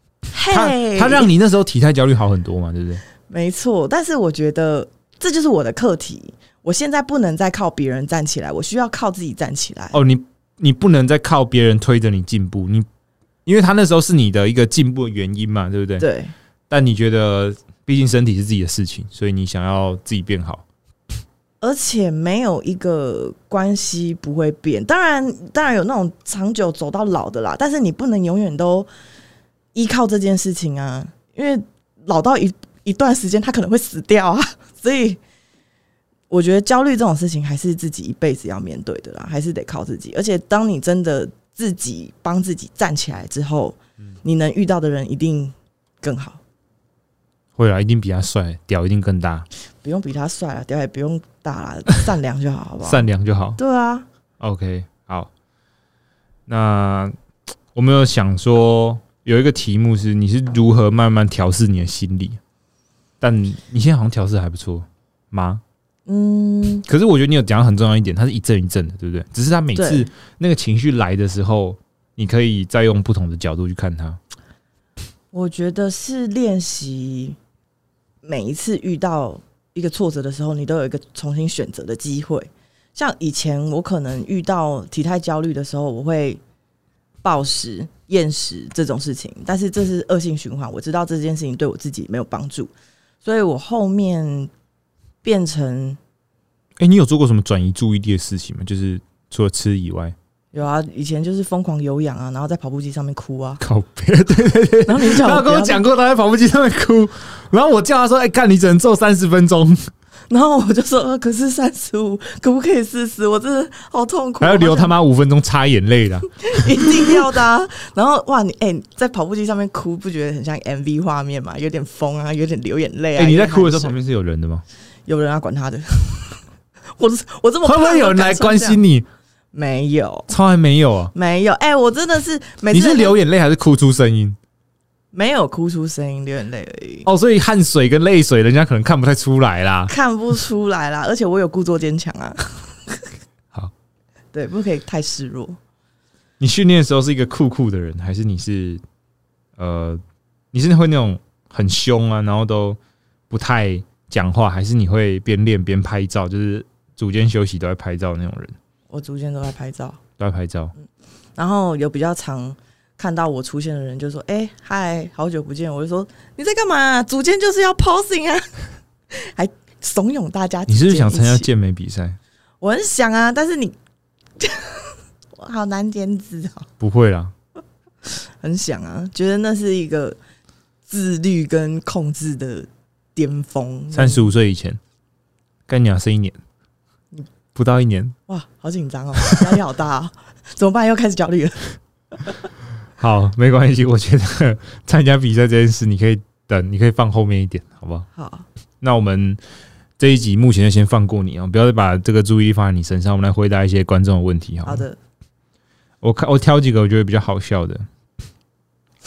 Hey, 他他让你那时候体态焦虑好很多嘛，对不对？ 没错，但是我觉得这就是我的课题。我现在不能再靠别人站起来，我需要靠自己站起来。 哦，你你不能再靠别人推着你进步，你因为他那时候是你的一个进步的原因嘛，对不对？ 对。 但你觉得，毕竟身体是自己的事情，所以你想要自己变好。 而且没有一个关系不会变，当然，当然有那种长久走到老的啦，但是你不能永远都依靠这件事情啊，因为老到一一段时间，他可能会死掉啊，所以。我觉得焦虑这种事情还是自己一辈子要面对的啦，还是得靠自己。而且当你真的自己帮自己站起来之后，嗯、你能遇到的人一定更好。 会啦，一定比他帅，屌一定更大。 不用比他帅啦，屌也不用大啦，善良就好，好不好？ 善良就好。 对啊。 OK， 好。那我们有想说有一个题目是你是如何慢慢调试你的心理，但你现在好像调试还不错吗？嗯，可是我觉得你有讲到很重要一点，它是一阵一阵的，对不对？只是他每次那个情绪来的时候，你可以再用不同的角度去看它。 我觉得是练习，每一次遇到一个挫折的时候，你都有一个重新选择的机会。像以前我可能遇到体态焦虑的时候，我会暴食、厌食这种事情，但是这是恶性循环，我知道这件事情对我自己没有帮助，所以我后面。变成， 哎、欸，你有做过什么转移注意力的事情吗？就是除了吃以外， 有啊，以前就是疯狂有氧啊，然后在跑步机上面哭啊， 靠背，对对对， 然后你他跟我讲过，他在跑步机上面哭，然后我叫他说，哎、欸，干，你只能做三十分钟， 然后我就说，呃，可是三十五，可不可以四十？我真的好痛苦， 还要流他妈五分钟擦眼泪的、啊， 一定要的、啊。然后哇，你哎、欸，在跑步机上面哭，不觉得很像 M V 画面吗？有点疯啊，有点流眼泪啊。 哎、欸，你在哭的时候旁边是有人的吗？ 有人要管他的，我我这么会不会有人来关心你？ 没有， 从来没有啊， 没有。哎、欸，我真的是每次， 你是流眼泪还是哭出声音？ 没有哭出声音，流眼泪而已。 哦，所以汗水跟泪水，人家可能看不太出来啦， 看不出来啦。而且我有故作坚强啊。 好， 对，不可以太示弱。 你训练的时候是一个酷酷的人，还是你是呃，你是会那种很凶啊，然后都不太讲话，还是你会边练边拍照，就是组间休息都在拍照那种人？ 我组间都在拍照， 都在拍照。嗯、 然后有比较常看到我出现的人，就说：“哎、欸，嗨，好久不见。”我就说：“你在干嘛？组间就是要 posing 啊，还怂恿大家。” 你是不是想参加健美比赛？ 我很想啊，但是你我好难减脂哦。 不会啦， 很想啊，觉得那是一个自律跟控制的。巅峰， 三十五岁以前，干娘剩一年，不到一年， 哇，好紧张哦，压力好大哦，怎么办？又开始焦虑了。 好，没关系，我觉得参加比赛这件事，你可以等，你可以放后面一点，好不好？ 好， 那我们这一集目前就先放过你啊，不要再把这个注意力放在你身上，我们来回答一些观众的问题。好， 好的， 我看我挑几个我觉得比较好笑的。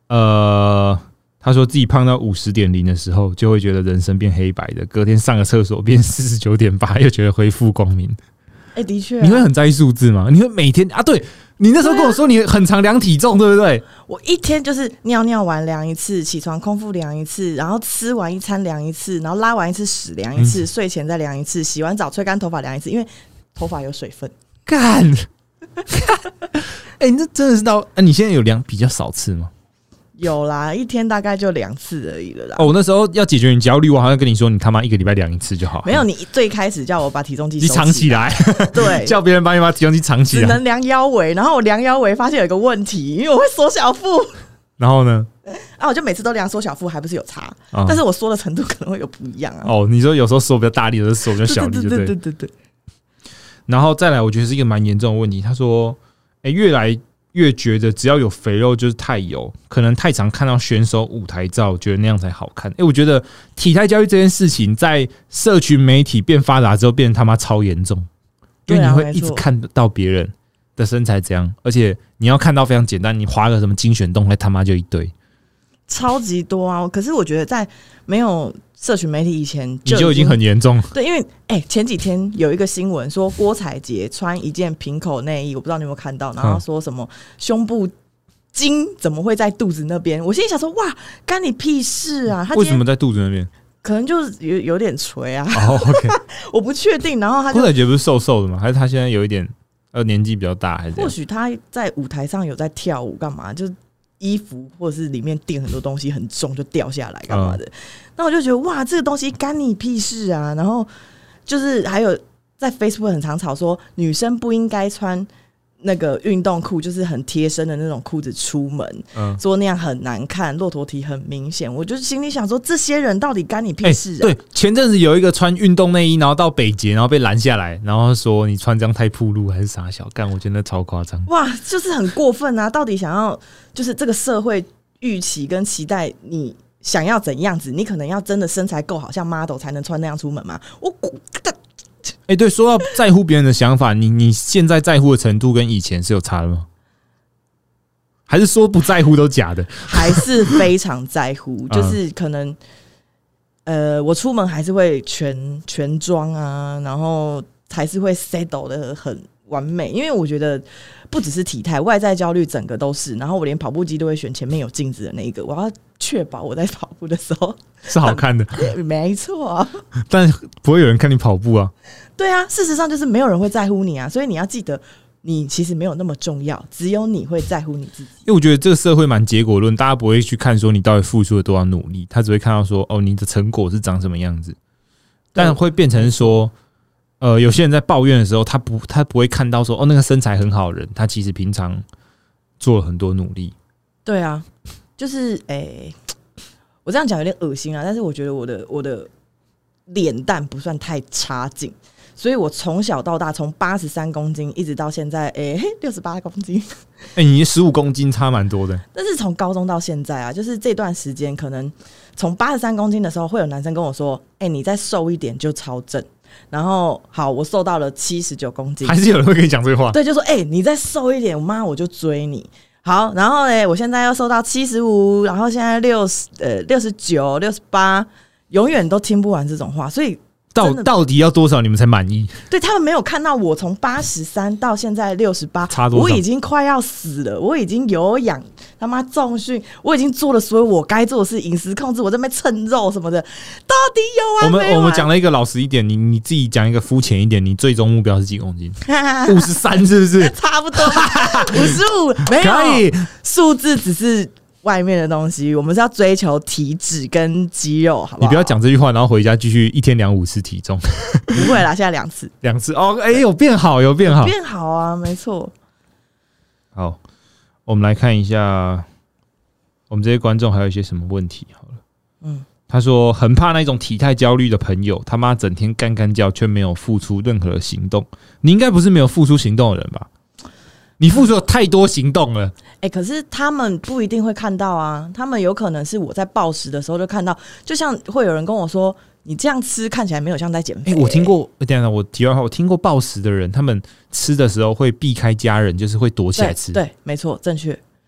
呃，他说自己胖到五十点零的时候，就会觉得人生变黑白的，隔天上个厕所变四十九点八，又觉得恢复光明。 哎、欸，的确、啊， 你会很在意数字吗？你会每天啊？对，你那时候跟我说你很常量体重，对不对？ 我一天就是尿尿完量一次，起床空腹量一次，然后吃完一餐量一次，然后拉完一次屎量一次、嗯，睡前再量一次，洗完澡吹干头发量一次，因为头发有水分。 干，哎、欸，你这真的是到……啊、你现在有量比较少次吗？ 有啦，一天大概就两次而已了啦。 哦，我那时候要解决你焦虑，我好像跟你说，你他妈一个礼拜量一次就好。 没有，你最开始叫我把体重机你藏起来， 对， 叫别人帮你把体重机藏起来， 只能量腰围。然后我量腰围发现有一个问题，因为我会缩小腹。 然后呢？ 啊，我就每次都量缩小腹，还不是有差、嗯，但是我缩的程度可能会有不一样啊。 哦，你说有时候缩比较大力，有时候缩比较小力，对对对对对。然后再来，我觉得是一个蛮严重的问题。他说，哎、欸，越来越觉得只要有肥肉就是太油，可能太常看到选手舞台照，觉得那样才好看。哎、欸，我觉得体态焦虑这件事情在社群媒体变发达之后，变成他妈超严重，因为你会一直看到别人的身材怎样，而且你要看到非常简单，你滑个什么精选动态，他妈就一堆， 超级多啊！可是我觉得在没有社群媒体以前就， 你就已经很严重。 对，因为哎、欸，前几天有一个新闻说郭采洁穿一件平口内衣，我不知道你有没有看到，然后说什么胸部筋怎么会在肚子那边？我心里想说，哇，干你屁事啊！他为什么在肚子那边？ 可能就是有有点垂啊。 哦、oh, ，OK， 我不确定。然后他郭采洁不是瘦瘦的吗？还是他现在有一点呃年纪比较大，还是或许他在舞台上有在跳舞干嘛？就是衣服或者是里面垫很多东西很重就掉下来干嘛的？那、嗯、我就觉得哇，这个东西干你屁事啊！然后就是还有在 Facebook 很常吵说女生不应该穿那个运动裤，就是很贴身的那种裤子出门，嗯，说那样很难看，骆驼体很明显。我就心里想说，这些人到底干你屁事啊？ 欸、对，前阵子有一个穿运动内衣，然后到北捷，然后被拦下来，然后说你穿这样太暴露还是啥小干，我觉得超夸张。 哇，就是很过分啊！到底想要就是这个社会预期跟期待你想要怎样子？你可能要真的身材够好，像 model 才能穿那样出门吗？我。 哎、欸，对，说到在乎别人的想法，你你现在在乎的程度跟以前是有差的吗？还是说不在乎都假的？ 还是非常在乎，就是可能，呃，我出门还是会全全妆啊，然后还是会 settle 的很完美，因为我觉得不只是体态，外在焦虑整个都是。然后我连跑步机都会选前面有镜子的那一个，我要确保我在跑步的时候是好看的。 没错、啊， 但不会有人看你跑步啊。 对啊，事实上就是没有人会在乎你啊，所以你要记得，你其实没有那么重要，只有你会在乎你自己。 因为我觉得这个社会蛮结果论，大家不会去看说你到底付出了多少努力，他只会看到说哦，你的成果是长什么样子，但会变成说。呃，有些人在抱怨的时候，他不，他不会看到说，哦，那个身材很好的人，他其实平常做了很多努力。 对啊，就是诶、欸，我这样讲有点恶心啊，但是我觉得我的我的脸蛋不算太差劲，所以我从小到大，从八十三公斤一直到现在，诶、欸，六十八公斤。 哎、欸，你十五公斤差蛮多的。 但是从高中到现在啊，就是这段时间，可能从八十三公斤的时候，会有男生跟我说：“哎、欸，你再瘦一点就超正。”然后好，我瘦到了七十九公斤， 还是有人会跟你讲这话。 对，就说：“哎、欸，你再瘦一点，我妈我就追你。”好，然后呢，我现在要瘦到七十五，然后现在六十呃六十九、六十八，永远都听不完这种话，所以。 到到底要多少你们才满意？ 对，他们没有看到我从八十三到现在六十八，差多少？我已经快要死了，我已经有氧他妈重训，我已经做了所有我该做的事，饮食控制，我在那边称肉什么的，到底有完没完？ 我们我们讲了一个老实一点，你你自己讲一个肤浅一点，你最终目标是几公斤？五十三是不是？ 差不多，五十五没有，可以，数字只是。外面的东西，我们是要追求体脂跟肌肉，好不好？ 你不要讲这句话，然后回家继续一天量五次体重。 不会啦，现在两次， 两次哦，哎、欸，有变好，有变好， 有变好啊，没错。 好，我们来看一下，我们这些观众还有一些什么问题？好了，嗯，他说很怕那种体态焦虑的朋友，他妈整天干干叫，却没有付出任何行动。你应该不是没有付出行动的人吧？你付出了太多行动了， 哎、欸，可是他们不一定会看到啊，他们有可能是我在暴食的时候就看到，就像会有人跟我说，你这样吃看起来没有像在减肥、欸。 哎、欸，我听过，等一下我题外话，我听过暴食的人，他们吃的时候会避开家人，就是会躲起来吃。 对，对没错，正确。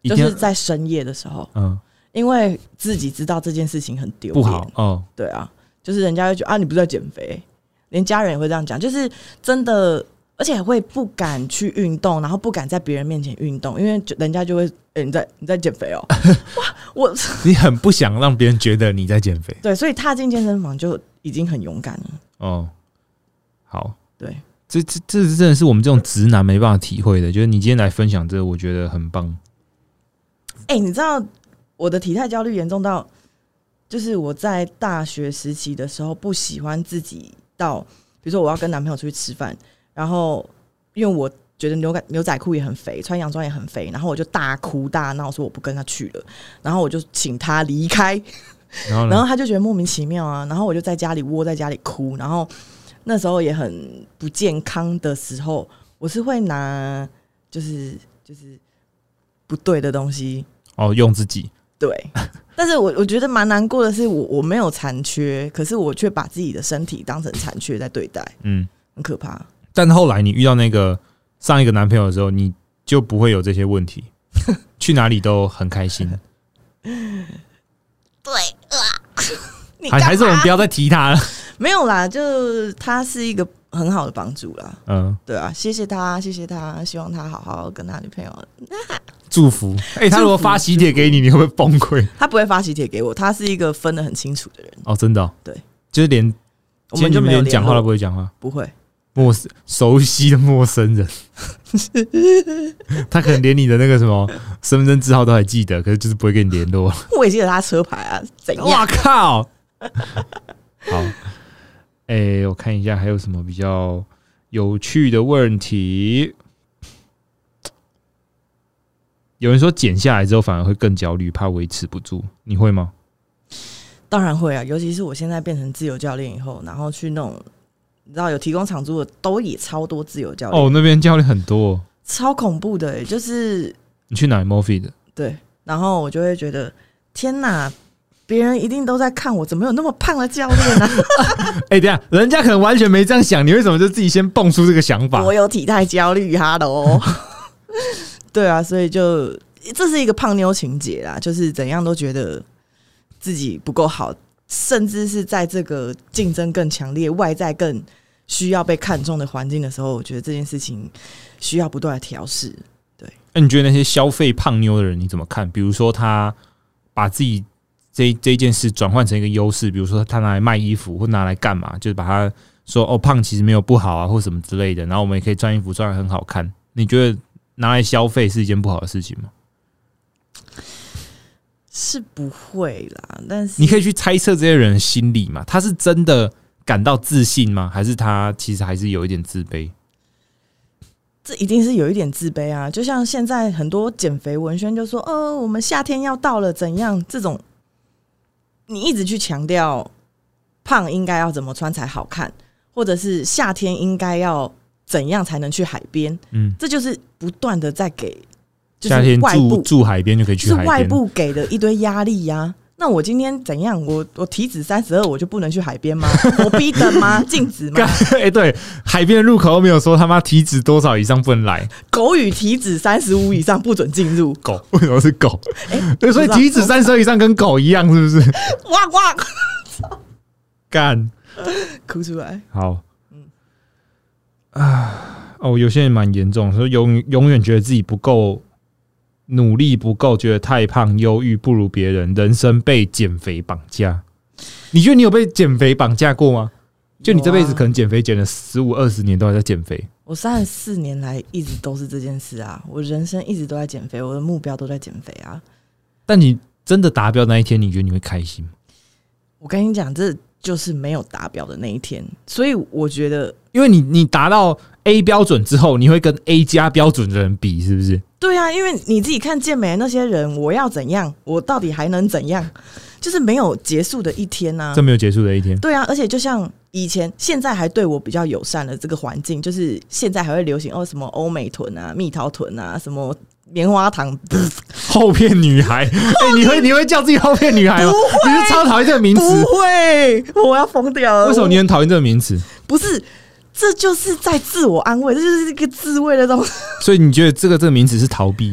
就是在深夜的时候，嗯，因为自己知道这件事情很丢脸，不好哦。对啊，就是人家会觉得啊，你不是在减肥，连家人也会这样讲，就是真的。而且会不敢去运动，然后不敢在别人面前运动，因为人家就会，欸、你在你在减肥哦、喔，哇，我你很不想让别人觉得你在减肥， 对，所以踏进健身房就已经很勇敢了。哦， 好， 对， 这这这真的是我们这种直男没办法体会的，就是你今天来分享这个，我觉得很棒。 哎、欸，你知道我的体态焦虑严重到，就是我在大学时期的时候不喜欢自己到，比如说我要跟男朋友出去吃饭。然后，因为我觉得牛仔牛仔裤也很肥，穿洋装也很肥，然后我就大哭大闹，说我不跟他去了，然后我就请他离开，然后, 然后他就觉得莫名其妙啊，然后我就在家里窝在家里哭，然后那时候也很不健康的时候，我是会拿就是就是不对的东西哦用自己对，但是我我觉得蛮难过的是我我没有残缺，可是我却把自己的身体当成残缺在对待，嗯，很可怕。 但后来你遇到那个上一个男朋友的时候，你就不会有这些问题，去哪里都很开心。 对啊， 还还是我们不要再提他了。 没有啦，就他是一个很好的帮助啦。嗯，对啊，谢谢他，谢谢他，希望他好好跟他女朋友祝福。哎、欸，他如果发喜帖给你，你会不会崩溃？ 他不会发喜帖给我，他是一个分得很清楚的人。 哦，真的、哦？ 对， 就是连我们就没有连讲话都不会讲话， 不会。 陌生熟悉的陌生人，他可能连你的那个什么身份证字号都还记得，可是就是不会跟你联络。 我也记得他车牌啊，怎样？ 哇靠！好，哎、欸，我看一下还有什么比较有趣的问题。有人说减下来之后反而会更焦虑，怕维持不住，你会吗？ 当然会啊，尤其是我现在变成自由教练以后，然后去那种。你知道有提供场租的都也超多自由教练哦，那边教练很多， 超恐怖的、欸，就是你去哪里 Mofi 的？ 对，然后我就会觉得天哪，别人一定都在看我，怎么有那么胖的教练啊？ 哎、欸，等一下，人家可能完全没这样想，你为什么就自己先蹦出这个想法？ 我有体态焦虑，哈喽。对啊，所以就这是一个胖妞情节啦，就是怎样都觉得自己不够好。甚至是在这个竞争更强烈、外在更需要被看重的环境的时候，我觉得这件事情需要不断的调试。对， 那、啊、你觉得那些消费胖妞的人你怎么看？比如说他把自己这这件事转换成一个优势，比如说他拿来卖衣服或拿来干嘛，就是把他说哦胖其实没有不好啊，或什么之类的，然后我们也可以穿衣服穿得很好看。你觉得拿来消费是一件不好的事情吗？ 是不会啦，但是你可以去猜测这些人的心理嘛？他是真的感到自信吗？还是他其实还是有一点自卑？ 这一定是有一点自卑啊！就像现在很多减肥文宣就说：“呃，我们夏天要到了，怎样？”这种你一直去强调胖应该要怎么穿才好看，或者是夏天应该要怎样才能去海边？嗯，这就是不断的在给。 夏天住住海边就可以去海边， 是外部给的一堆压力呀、啊。那我今天怎样？我我体脂三十二，我就不能去海边吗？我逼的吗？禁止吗？ 哎、欸，对，海边的入口都没有说他妈体脂多少以上不能来。 狗与体脂三十五以上不准进入。 狗为什么是狗？欸、所以体脂三十二以上跟狗一样，是不是？ 哇哇！ 干， 哭出来。 好，嗯啊，哦，有些人蛮严重，说永永远觉得自己不够。努力不够，觉得太胖，忧郁，不如别人，人生被减肥绑架。你觉得你有被减肥绑架过吗？就你这辈子可能减肥减了十五二十年都还在减肥。 我三十四年来一直都是这件事啊，我人生一直都在减肥，我的目标都在减肥啊。 但你真的达标那一天，你觉得你会开心吗？ 我跟你讲，这就是没有达标的那一天，所以我觉得， 因为你你达到 A 标准之后，你会跟 A 加标准的人比，是不是？ 对啊，因为你自己看健美的那些人，我要怎样，我到底还能怎样？就是没有结束的一天啊， 这没有结束的一天。 对啊，而且就像以前，现在还对我比较友善的这个环境，就是现在还会流行哦什么欧美臀啊、蜜桃臀啊、什么棉花糖厚片女孩。哎、欸，你会你会叫自己厚片女孩吗？你是超讨厌这个名词？ 不会，我要疯掉了。 为什么你很讨厌这个名词？ 不是。这就是在自我安慰，这就是一个自慰的东西。 所以你觉得这个这个名词是逃避？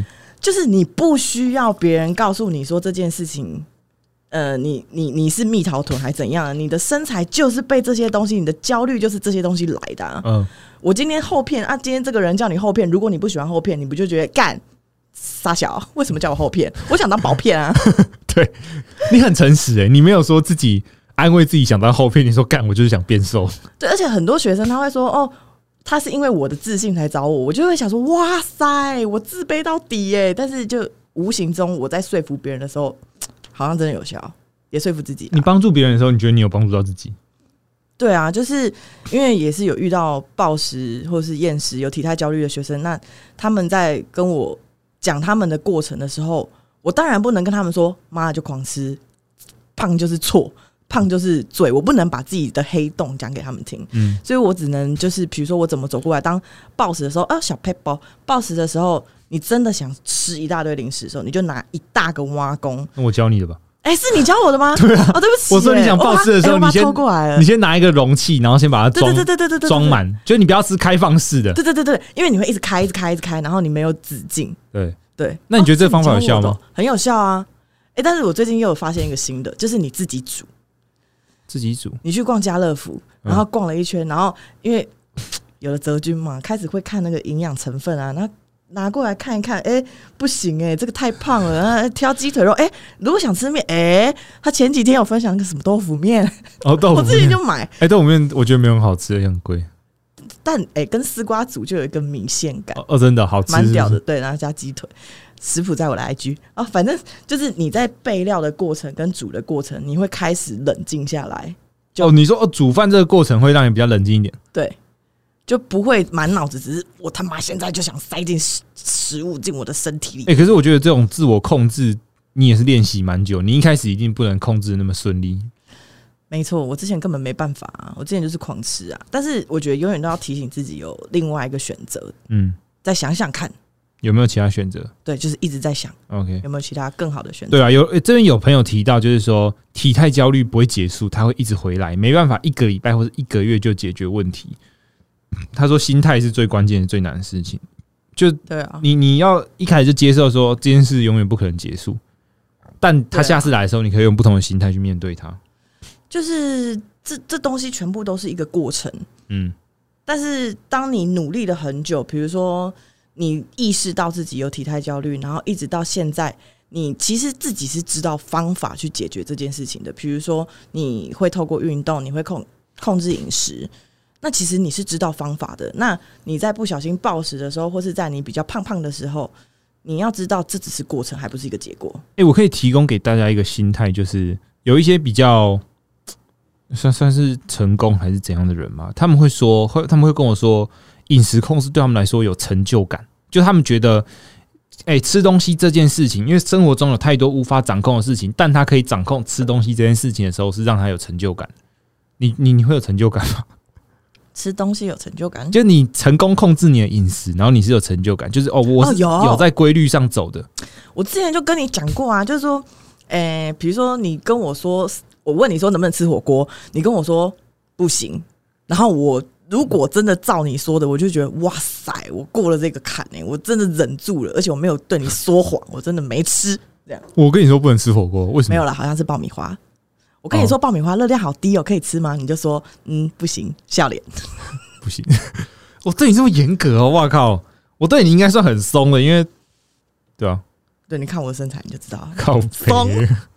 就是你不需要别人告诉你说这件事情，呃，你你你是蜜桃臀还怎样的？你的身材就是被这些东西，你的焦虑就是这些东西来的、啊。嗯，我今天厚片啊，今天这个人叫你厚片，如果你不喜欢厚片，你不就觉得干傻小？为什么叫我厚片？我想当薄片啊。 对，你很诚实哎、欸，你没有说自己安慰自己想当厚片，你说干，我就是想变瘦。 对，而且很多学生他会说哦。他是因为我的自信才找我，我就会想说，哇塞，我自卑到底耶！但是就无形中我在说服别人的时候，好像真的有效，也说服自己。 你帮助别人的时候，你觉得你有帮助到自己？ 对啊，就是因为也是有遇到暴食或是厌食、有体态焦虑的学生，那他们在跟我讲他们的过程的时候，我当然不能跟他们说，妈就狂吃，胖就是错。胖就是罪，我不能把自己的黑洞讲给他们听，嗯，所以我只能就是比如说我怎么走过来，当暴食的时候啊，小 pebble 暴食的时候，你真的想吃一大堆零食的时候，你就拿一大个挖工。 那我教你的吧？ 哎、欸，是你教我的吗？ 对啊， 哦，对不起， 我说你想暴食的时候， 欸、 你先偷过来了， 你先拿一个容器，然后先把它装， 对对对对对装满，就是你不要吃开放式的， 对对对对，因为你会一直开一直开一直开，然后你没有止境。 对对， 那你觉得这个方法有效吗？ 哦、很有效啊！哎、欸，但是我最近又有发现一个新的，就是你自己煮。 自己煮， 你去逛家乐福，然后逛了一圈，嗯、然后因为有了泽君嘛，开始会看那个营养成分啊，然后拿过来看一看，哎、欸，不行哎、欸，这个太胖了，挑鸡腿肉，哎、欸，如果想吃面，哎、欸，他前几天有分享一个什么豆腐面， 哦，豆腐面， 我之前就买， 哎、欸，豆腐面我觉得没有很好吃，也很贵， 但哎、欸，跟丝瓜煮就有一个米线感， 哦，真的好吃， 蛮屌的，对，然后加鸡腿。食谱在我的 I G 啊，反正就是你在备料的过程跟煮的过程，你会开始冷静下来。 哦，你说哦，煮饭这个过程会让你比较冷静一点， 对，就不会满脑子只是我他妈现在就想塞进食物进我的身体里。 哎、欸，可是我觉得这种自我控制，你也是练习蛮久，你一开始一定不能控制那么顺利。 没错，我之前根本没办法啊，我之前就是狂吃啊。但是我觉得永远都要提醒自己有另外一个选择，嗯，再想想看。 有没有其他选择？ 对，就是一直在想 ，OK， 有没有其他更好的选择？ 对啊，有这边有朋友提到，就是说体态焦虑不会结束，他会一直回来，没办法一个礼拜或者一个月就解决问题。他说心态是最关键的、最难的事情。就对啊，你你要一开始就接受说这件事永远不可能结束，但他下次来的时候，你可以用不同的心态去面对它。 就是这这东西全部都是一个过程，嗯，但是当你努力了很久，比如说。你意识到自己有体态焦虑，然后一直到现在，你其实自己是知道方法去解决这件事情的。比如说，你会透过运动，你会控控制饮食，那其实你是知道方法的。那你在不小心暴食的时候，或是在你比较胖胖的时候，你要知道这只是过程，还不是一个结果。 哎、欸，我可以提供给大家一个心态，就是有一些比较算算是成功还是怎样的人嘛，他们会说，会他们会跟我说。饮食控制对他们来说有成就感，就他们觉得，哎、欸，吃东西这件事情，因为生活中有太多无法掌控的事情，但他可以掌控吃东西这件事情的时候，是让他有成就感。你你你会有成就感吗？ 吃东西有成就感， 就你成功控制你的饮食，然后你是有成就感，就是哦，我是有在规律上走的、哦。 我之前就跟你讲过啊，就是说，哎、欸，比如说你跟我说，我问你说能不能吃火锅，你跟我说不行，然后我。如果真的照你说的，我就觉得哇塞，我过了这个坎哎、欸，我真的忍住了，而且我没有对你说谎，我真的没吃。这样， 我跟你说不能吃火锅，为什么？ 没有啦，好像是爆米花。我跟你说爆米花热量好低哦，可以吃吗？你就说嗯不行，笑脸不行。我对你这么严格哦，哇靠！我对你应该算很松的，因为对啊， 对，你看我的身材你就知道了， 靠松。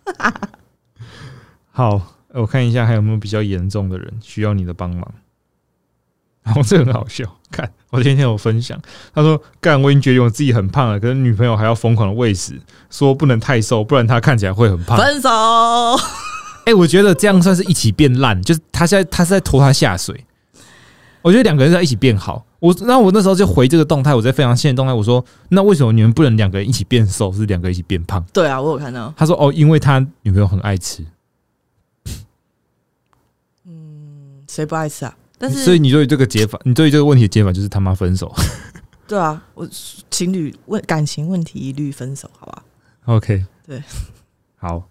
好，我看一下还有没有比较严重的人需要你的帮忙。然后这很好笑，看我今天有分享，他说：“干，我已经觉得我自己很胖了，可是女朋友还要疯狂的喂食，说不能太瘦，不然她看起来会很胖。” 分手。 哎、欸，我觉得这样算是一起变烂，就是他现在他是在拖他下水。我觉得两个人在一起变好。我那我那时候就回这个动态，我在分享现在动态，我说：“那为什么你们不能两个人一起变瘦，是两个人一起变胖？” 对啊，我有看到。 他说：“哦，因为他女朋友很爱吃。” 嗯，谁不爱吃啊？但是， 所以你对这个解法，你对这个问题的解法就是他妈分手。 对啊，我情侣问感情问题一律分手，好吧 ？OK， 对， 好。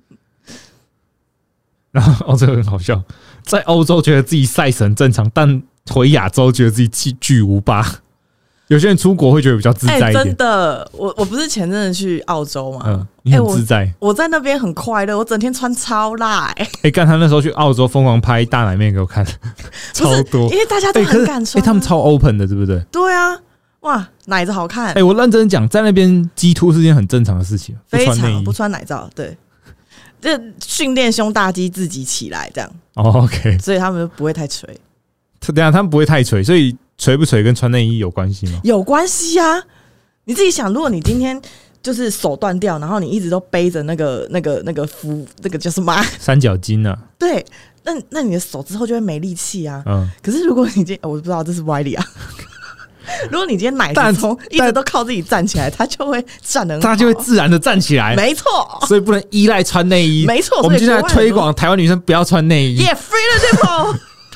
然后哦，这个很好笑，在欧洲觉得自己 size 很正常，但回亚洲觉得自己巨巨无霸。 有些人出国会觉得比较自在一点。 欸、真的，我我不是前阵子去澳洲嘛， 嗯，你很自在、欸我。我在那边很快乐，我整天穿超辣、欸。哎、 欸，干他那时候去澳洲疯狂拍大奶妹给我看，超多， 因为大家都很敢穿、啊。 哎、欸，他们超 open 的，对不对？ 对啊，哇，奶子好看。 哎、欸，我认真讲，在那边鸡突是件很正常的事情， 非常不穿奶罩，对，就训练胸大肌自己起来这样。 哦 ，OK， 所以他们不会太垂。 等一下他们不会太垂，所以垂不垂跟穿内衣有关系吗？ 有关系啊！你自己想，如果你今天就是手断掉，然后你一直都背着那个、那个、那个扶，那个叫什么、啊？ 三角巾啊。 对，那那你的手之后就会没力气啊。嗯。可是如果你今天，我不知道这是歪理啊。如果你今天奶子从一直都靠自己站起来，它就会站得很好， 它就会自然的站起来。 没错， 所以不能依赖穿内衣。 没错， 我们就在推广台湾女生不要穿内衣。 Yeah, free the nipple。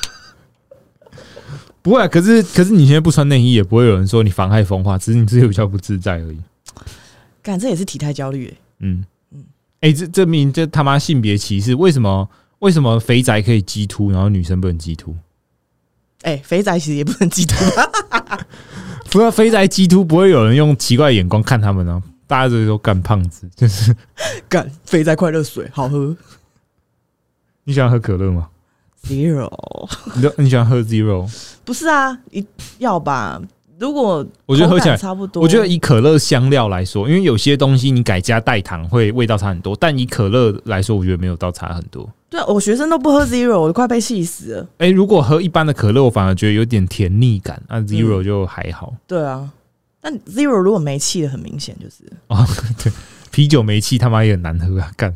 不会、啊，可是可是你现在不穿内衣，也不会有人说你妨害风化，只是你自己比较不自在而已。 干，这也是体态焦虑、欸。 嗯嗯，哎、欸，这这明这他妈性别歧视，为什么为什么肥宅可以激凸，然后女生不能激凸？ 哎、欸，肥宅其实也不能激凸。 不要肥宅激凸，不会有人用奇怪的眼光看他们啊！大家都说干胖子，就是干肥宅快乐水好喝。 你喜欢喝可乐吗 ？Zero。 你你喜欢喝 Zero？ 不是啊，要吧？如果我觉得喝起来差不多， 我觉得以可乐香料来说，因为有些东西你改加代糖会味道差很多，但以可乐来说，我觉得没有到差很多。 对，我学生都不喝 Zero， 我都快被气死了。 哎、欸，如果喝一般的可乐，我反而觉得有点甜腻感，那 Zero 就还好、嗯。 对啊，但 Zero 如果没气的，很明显就是哦，对，啤酒没气他妈也很难喝啊！干，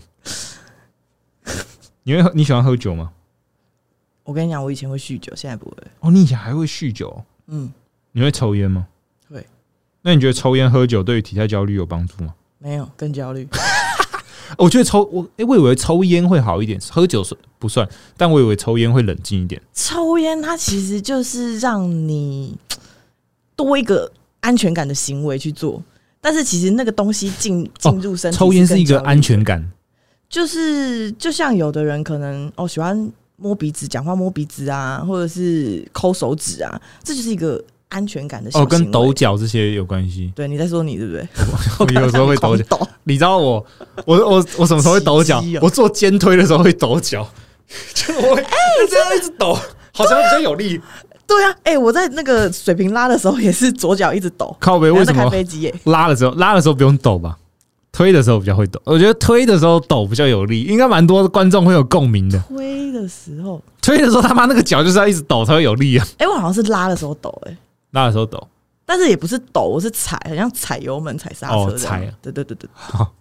你会你喜欢喝酒吗？ 我跟你讲，我以前会酗酒，现在不会。 哦，你以前还会酗酒？嗯，你会抽烟吗？ 会。 那你觉得抽烟喝酒对于体态焦虑有帮助吗？ 没有，更焦虑。 我觉得抽我、欸、我以为抽烟会好一点，喝酒不算，但我以为抽烟会冷静一点。 抽烟它其实就是让你多一个安全感的行为去做，但是其实那个东西进进入身体、哦， 抽烟是一个安全感， 就是就像有的人可能哦喜欢摸鼻子、讲话摸鼻子啊，或者是抠手指啊，这就是一个安全感的小行为。 哦，跟抖脚这些有关系。 对，你在说你对不对？ 我, 我有时候会抖脚。你知道我我我我什么时候会抖脚？哦、我做肩推的时候会抖脚，就我会、欸、这样一直抖，好像比较有力。 对啊，哎、欸，我在那个水平拉的时候也是左脚一直抖。 靠北为什么？ 开飞机耶、欸， 拉的时候拉的时候不用抖吧？推的时候比较会抖。我觉得推的时候抖比较有力，应该蛮多观众会有共鸣的。 推的时候， 推的时候他妈那个脚就是要一直抖才会有力啊！ 哎、欸，我好像是拉的时候抖、欸，哎， 拉的时候抖， 但是也不是抖，我是踩，好像踩油门、踩刹车。 哦，踩、啊， 对对对对。 好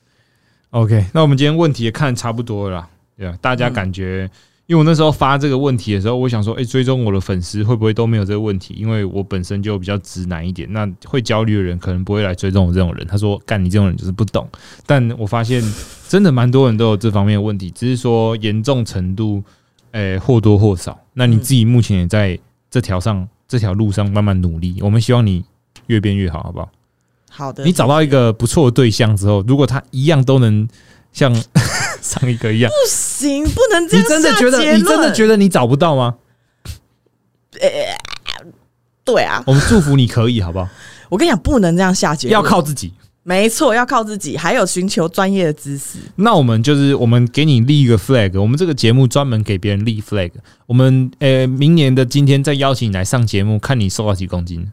，OK， 那我们今天问题也看得差不多了啦，对啊，大家感觉。嗯，因为我那时候发这个问题的时候，我想说，哎、欸，追踪我的粉丝会不会都没有这个问题？因为我本身就比较直男一点，那会焦虑的人可能不会来追踪我这种人。他说，干你这种人就是不懂。但我发现真的蛮多人都有这方面的问题，只是说严重程度，诶、欸、或多或少。那你自己目前也在这条上这条路上慢慢努力，我们希望你越变越好，好不好？ 好的。 你找到一个不错的对象之后，如果他一样都能像上一个一样， 不行，不能这样。 你真的觉得你真的觉得你找不到吗？ 欸、对啊， 我们祝福你可以，好不好？ 我跟你讲，不能这样下结论， 要靠自己。 没错，要靠自己，还有寻求专业的知识。 那我们就是我们给你立一个 flag， 我们这个节目专门给别人立 flag。我们呃、欸，明年的今天再邀请你来上节目，看你瘦到几公斤。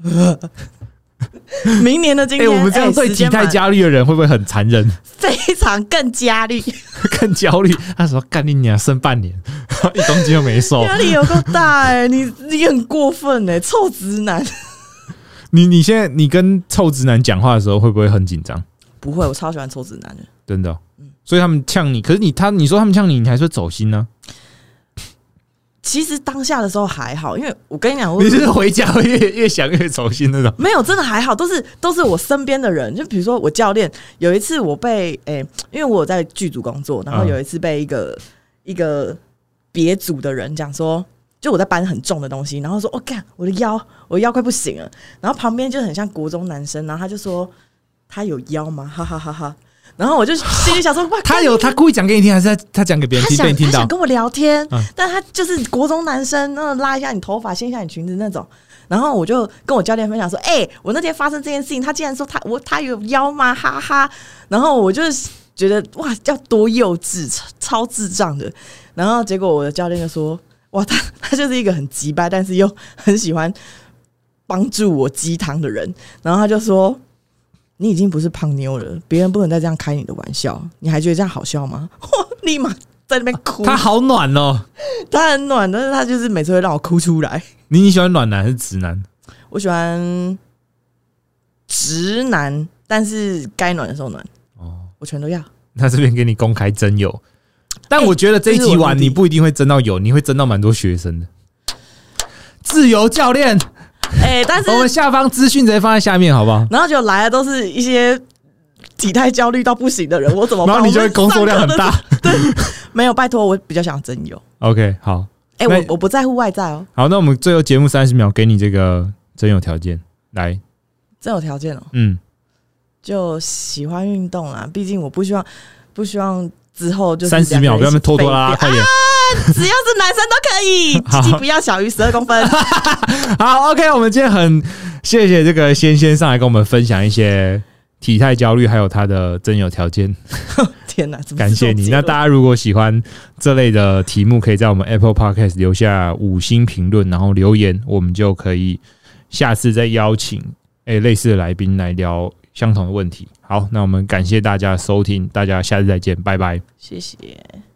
明年的今天， 哎、欸，我们这样对体态焦虑的人会不会很残忍？ 非常更焦虑， 更焦虑。他说：“干你娘，剩半年，一公斤都没瘦， 压力有够大哎、欸！你你很过分哎、欸，臭直男。 你你现在你跟臭直男讲话的时候会不会很紧张？ 不会，我超喜欢臭直男的， 真的、喔。所以他们呛你，可是你他你说他们呛你，你还是会走心呢、啊？ 其实当下的时候还好，因为我跟你讲， 你是回家会越越想越走心那种。 没有，真的还好，都是都是我身边的人。就比如说我教练，有一次我被诶、欸，因为我有在剧组工作，然后有一次被一个、嗯、一个别组的人讲说，就我在搬很重的东西，然后说哦干，我的腰，我的腰快不行了。然后旁边就很像国中男生，然后他就说他有腰吗？哈哈哈哈。然后我就心里想说，哇， 他有他故意讲给你听，还是他讲给别人听？被你听到， 他想跟我聊天， 嗯、 但他就是国中男生，那拉一下你头发，掀一下你裙子那种。 然后我就跟我教练分享说：“哎、欸，我那天发生这件事情，他竟然说他我他有腰吗？哈哈。”然后我就觉得哇，要多幼稚，超超智障的。然后结果我的教练就说：“哇，他他就是一个很急掰，但是又很喜欢帮助我鸡汤的人。”然后他就说：“你已经不是胖妞了，别人不能再这样开你的玩笑，你还觉得这样好笑吗？”我立马在那边哭。 他好暖哦， 他很暖，但是他就是每次会让我哭出来。 你你喜欢暖男还是直男？ 我喜欢直男，但是该暖的时候暖。哦，我全都要。 那这边给你公开真友，但我觉得这一集完你不一定会真到有，你会真到蛮多学生的。自由教练， 哎、欸，但是我们下方资讯直接放在下面，好不好？ 然后就来的都是一些体态焦虑到不行的人，我怎么办？ 然后你就会工作量很大。 对，没有，拜托，我比较想真友。 OK， 好。 哎、欸，我我不在乎外在哦。 好，那我们最后节目三十秒，给你这个真有条件来。 真有条件哦。 嗯， 就喜欢运动啦，毕竟我不希望不希望之后就是三十秒，不要那么拖拖拉拉，快点。 啊，只要是男生都可以，鸡鸡不要小于十二公分。 好 ，OK， 我们今天很谢谢这个仙仙上来跟我们分享一些体态焦虑，还有他的真有条件。 天哪， 感谢你。那大家如果喜欢这类的题目，可以在我们 Apple Podcast 留下五星评论，然后留言，我们就可以下次再邀请诶、欸、类似的来宾来聊相同的问题。好，那我们感谢大家的收听，大家下次再见，拜拜， 谢谢。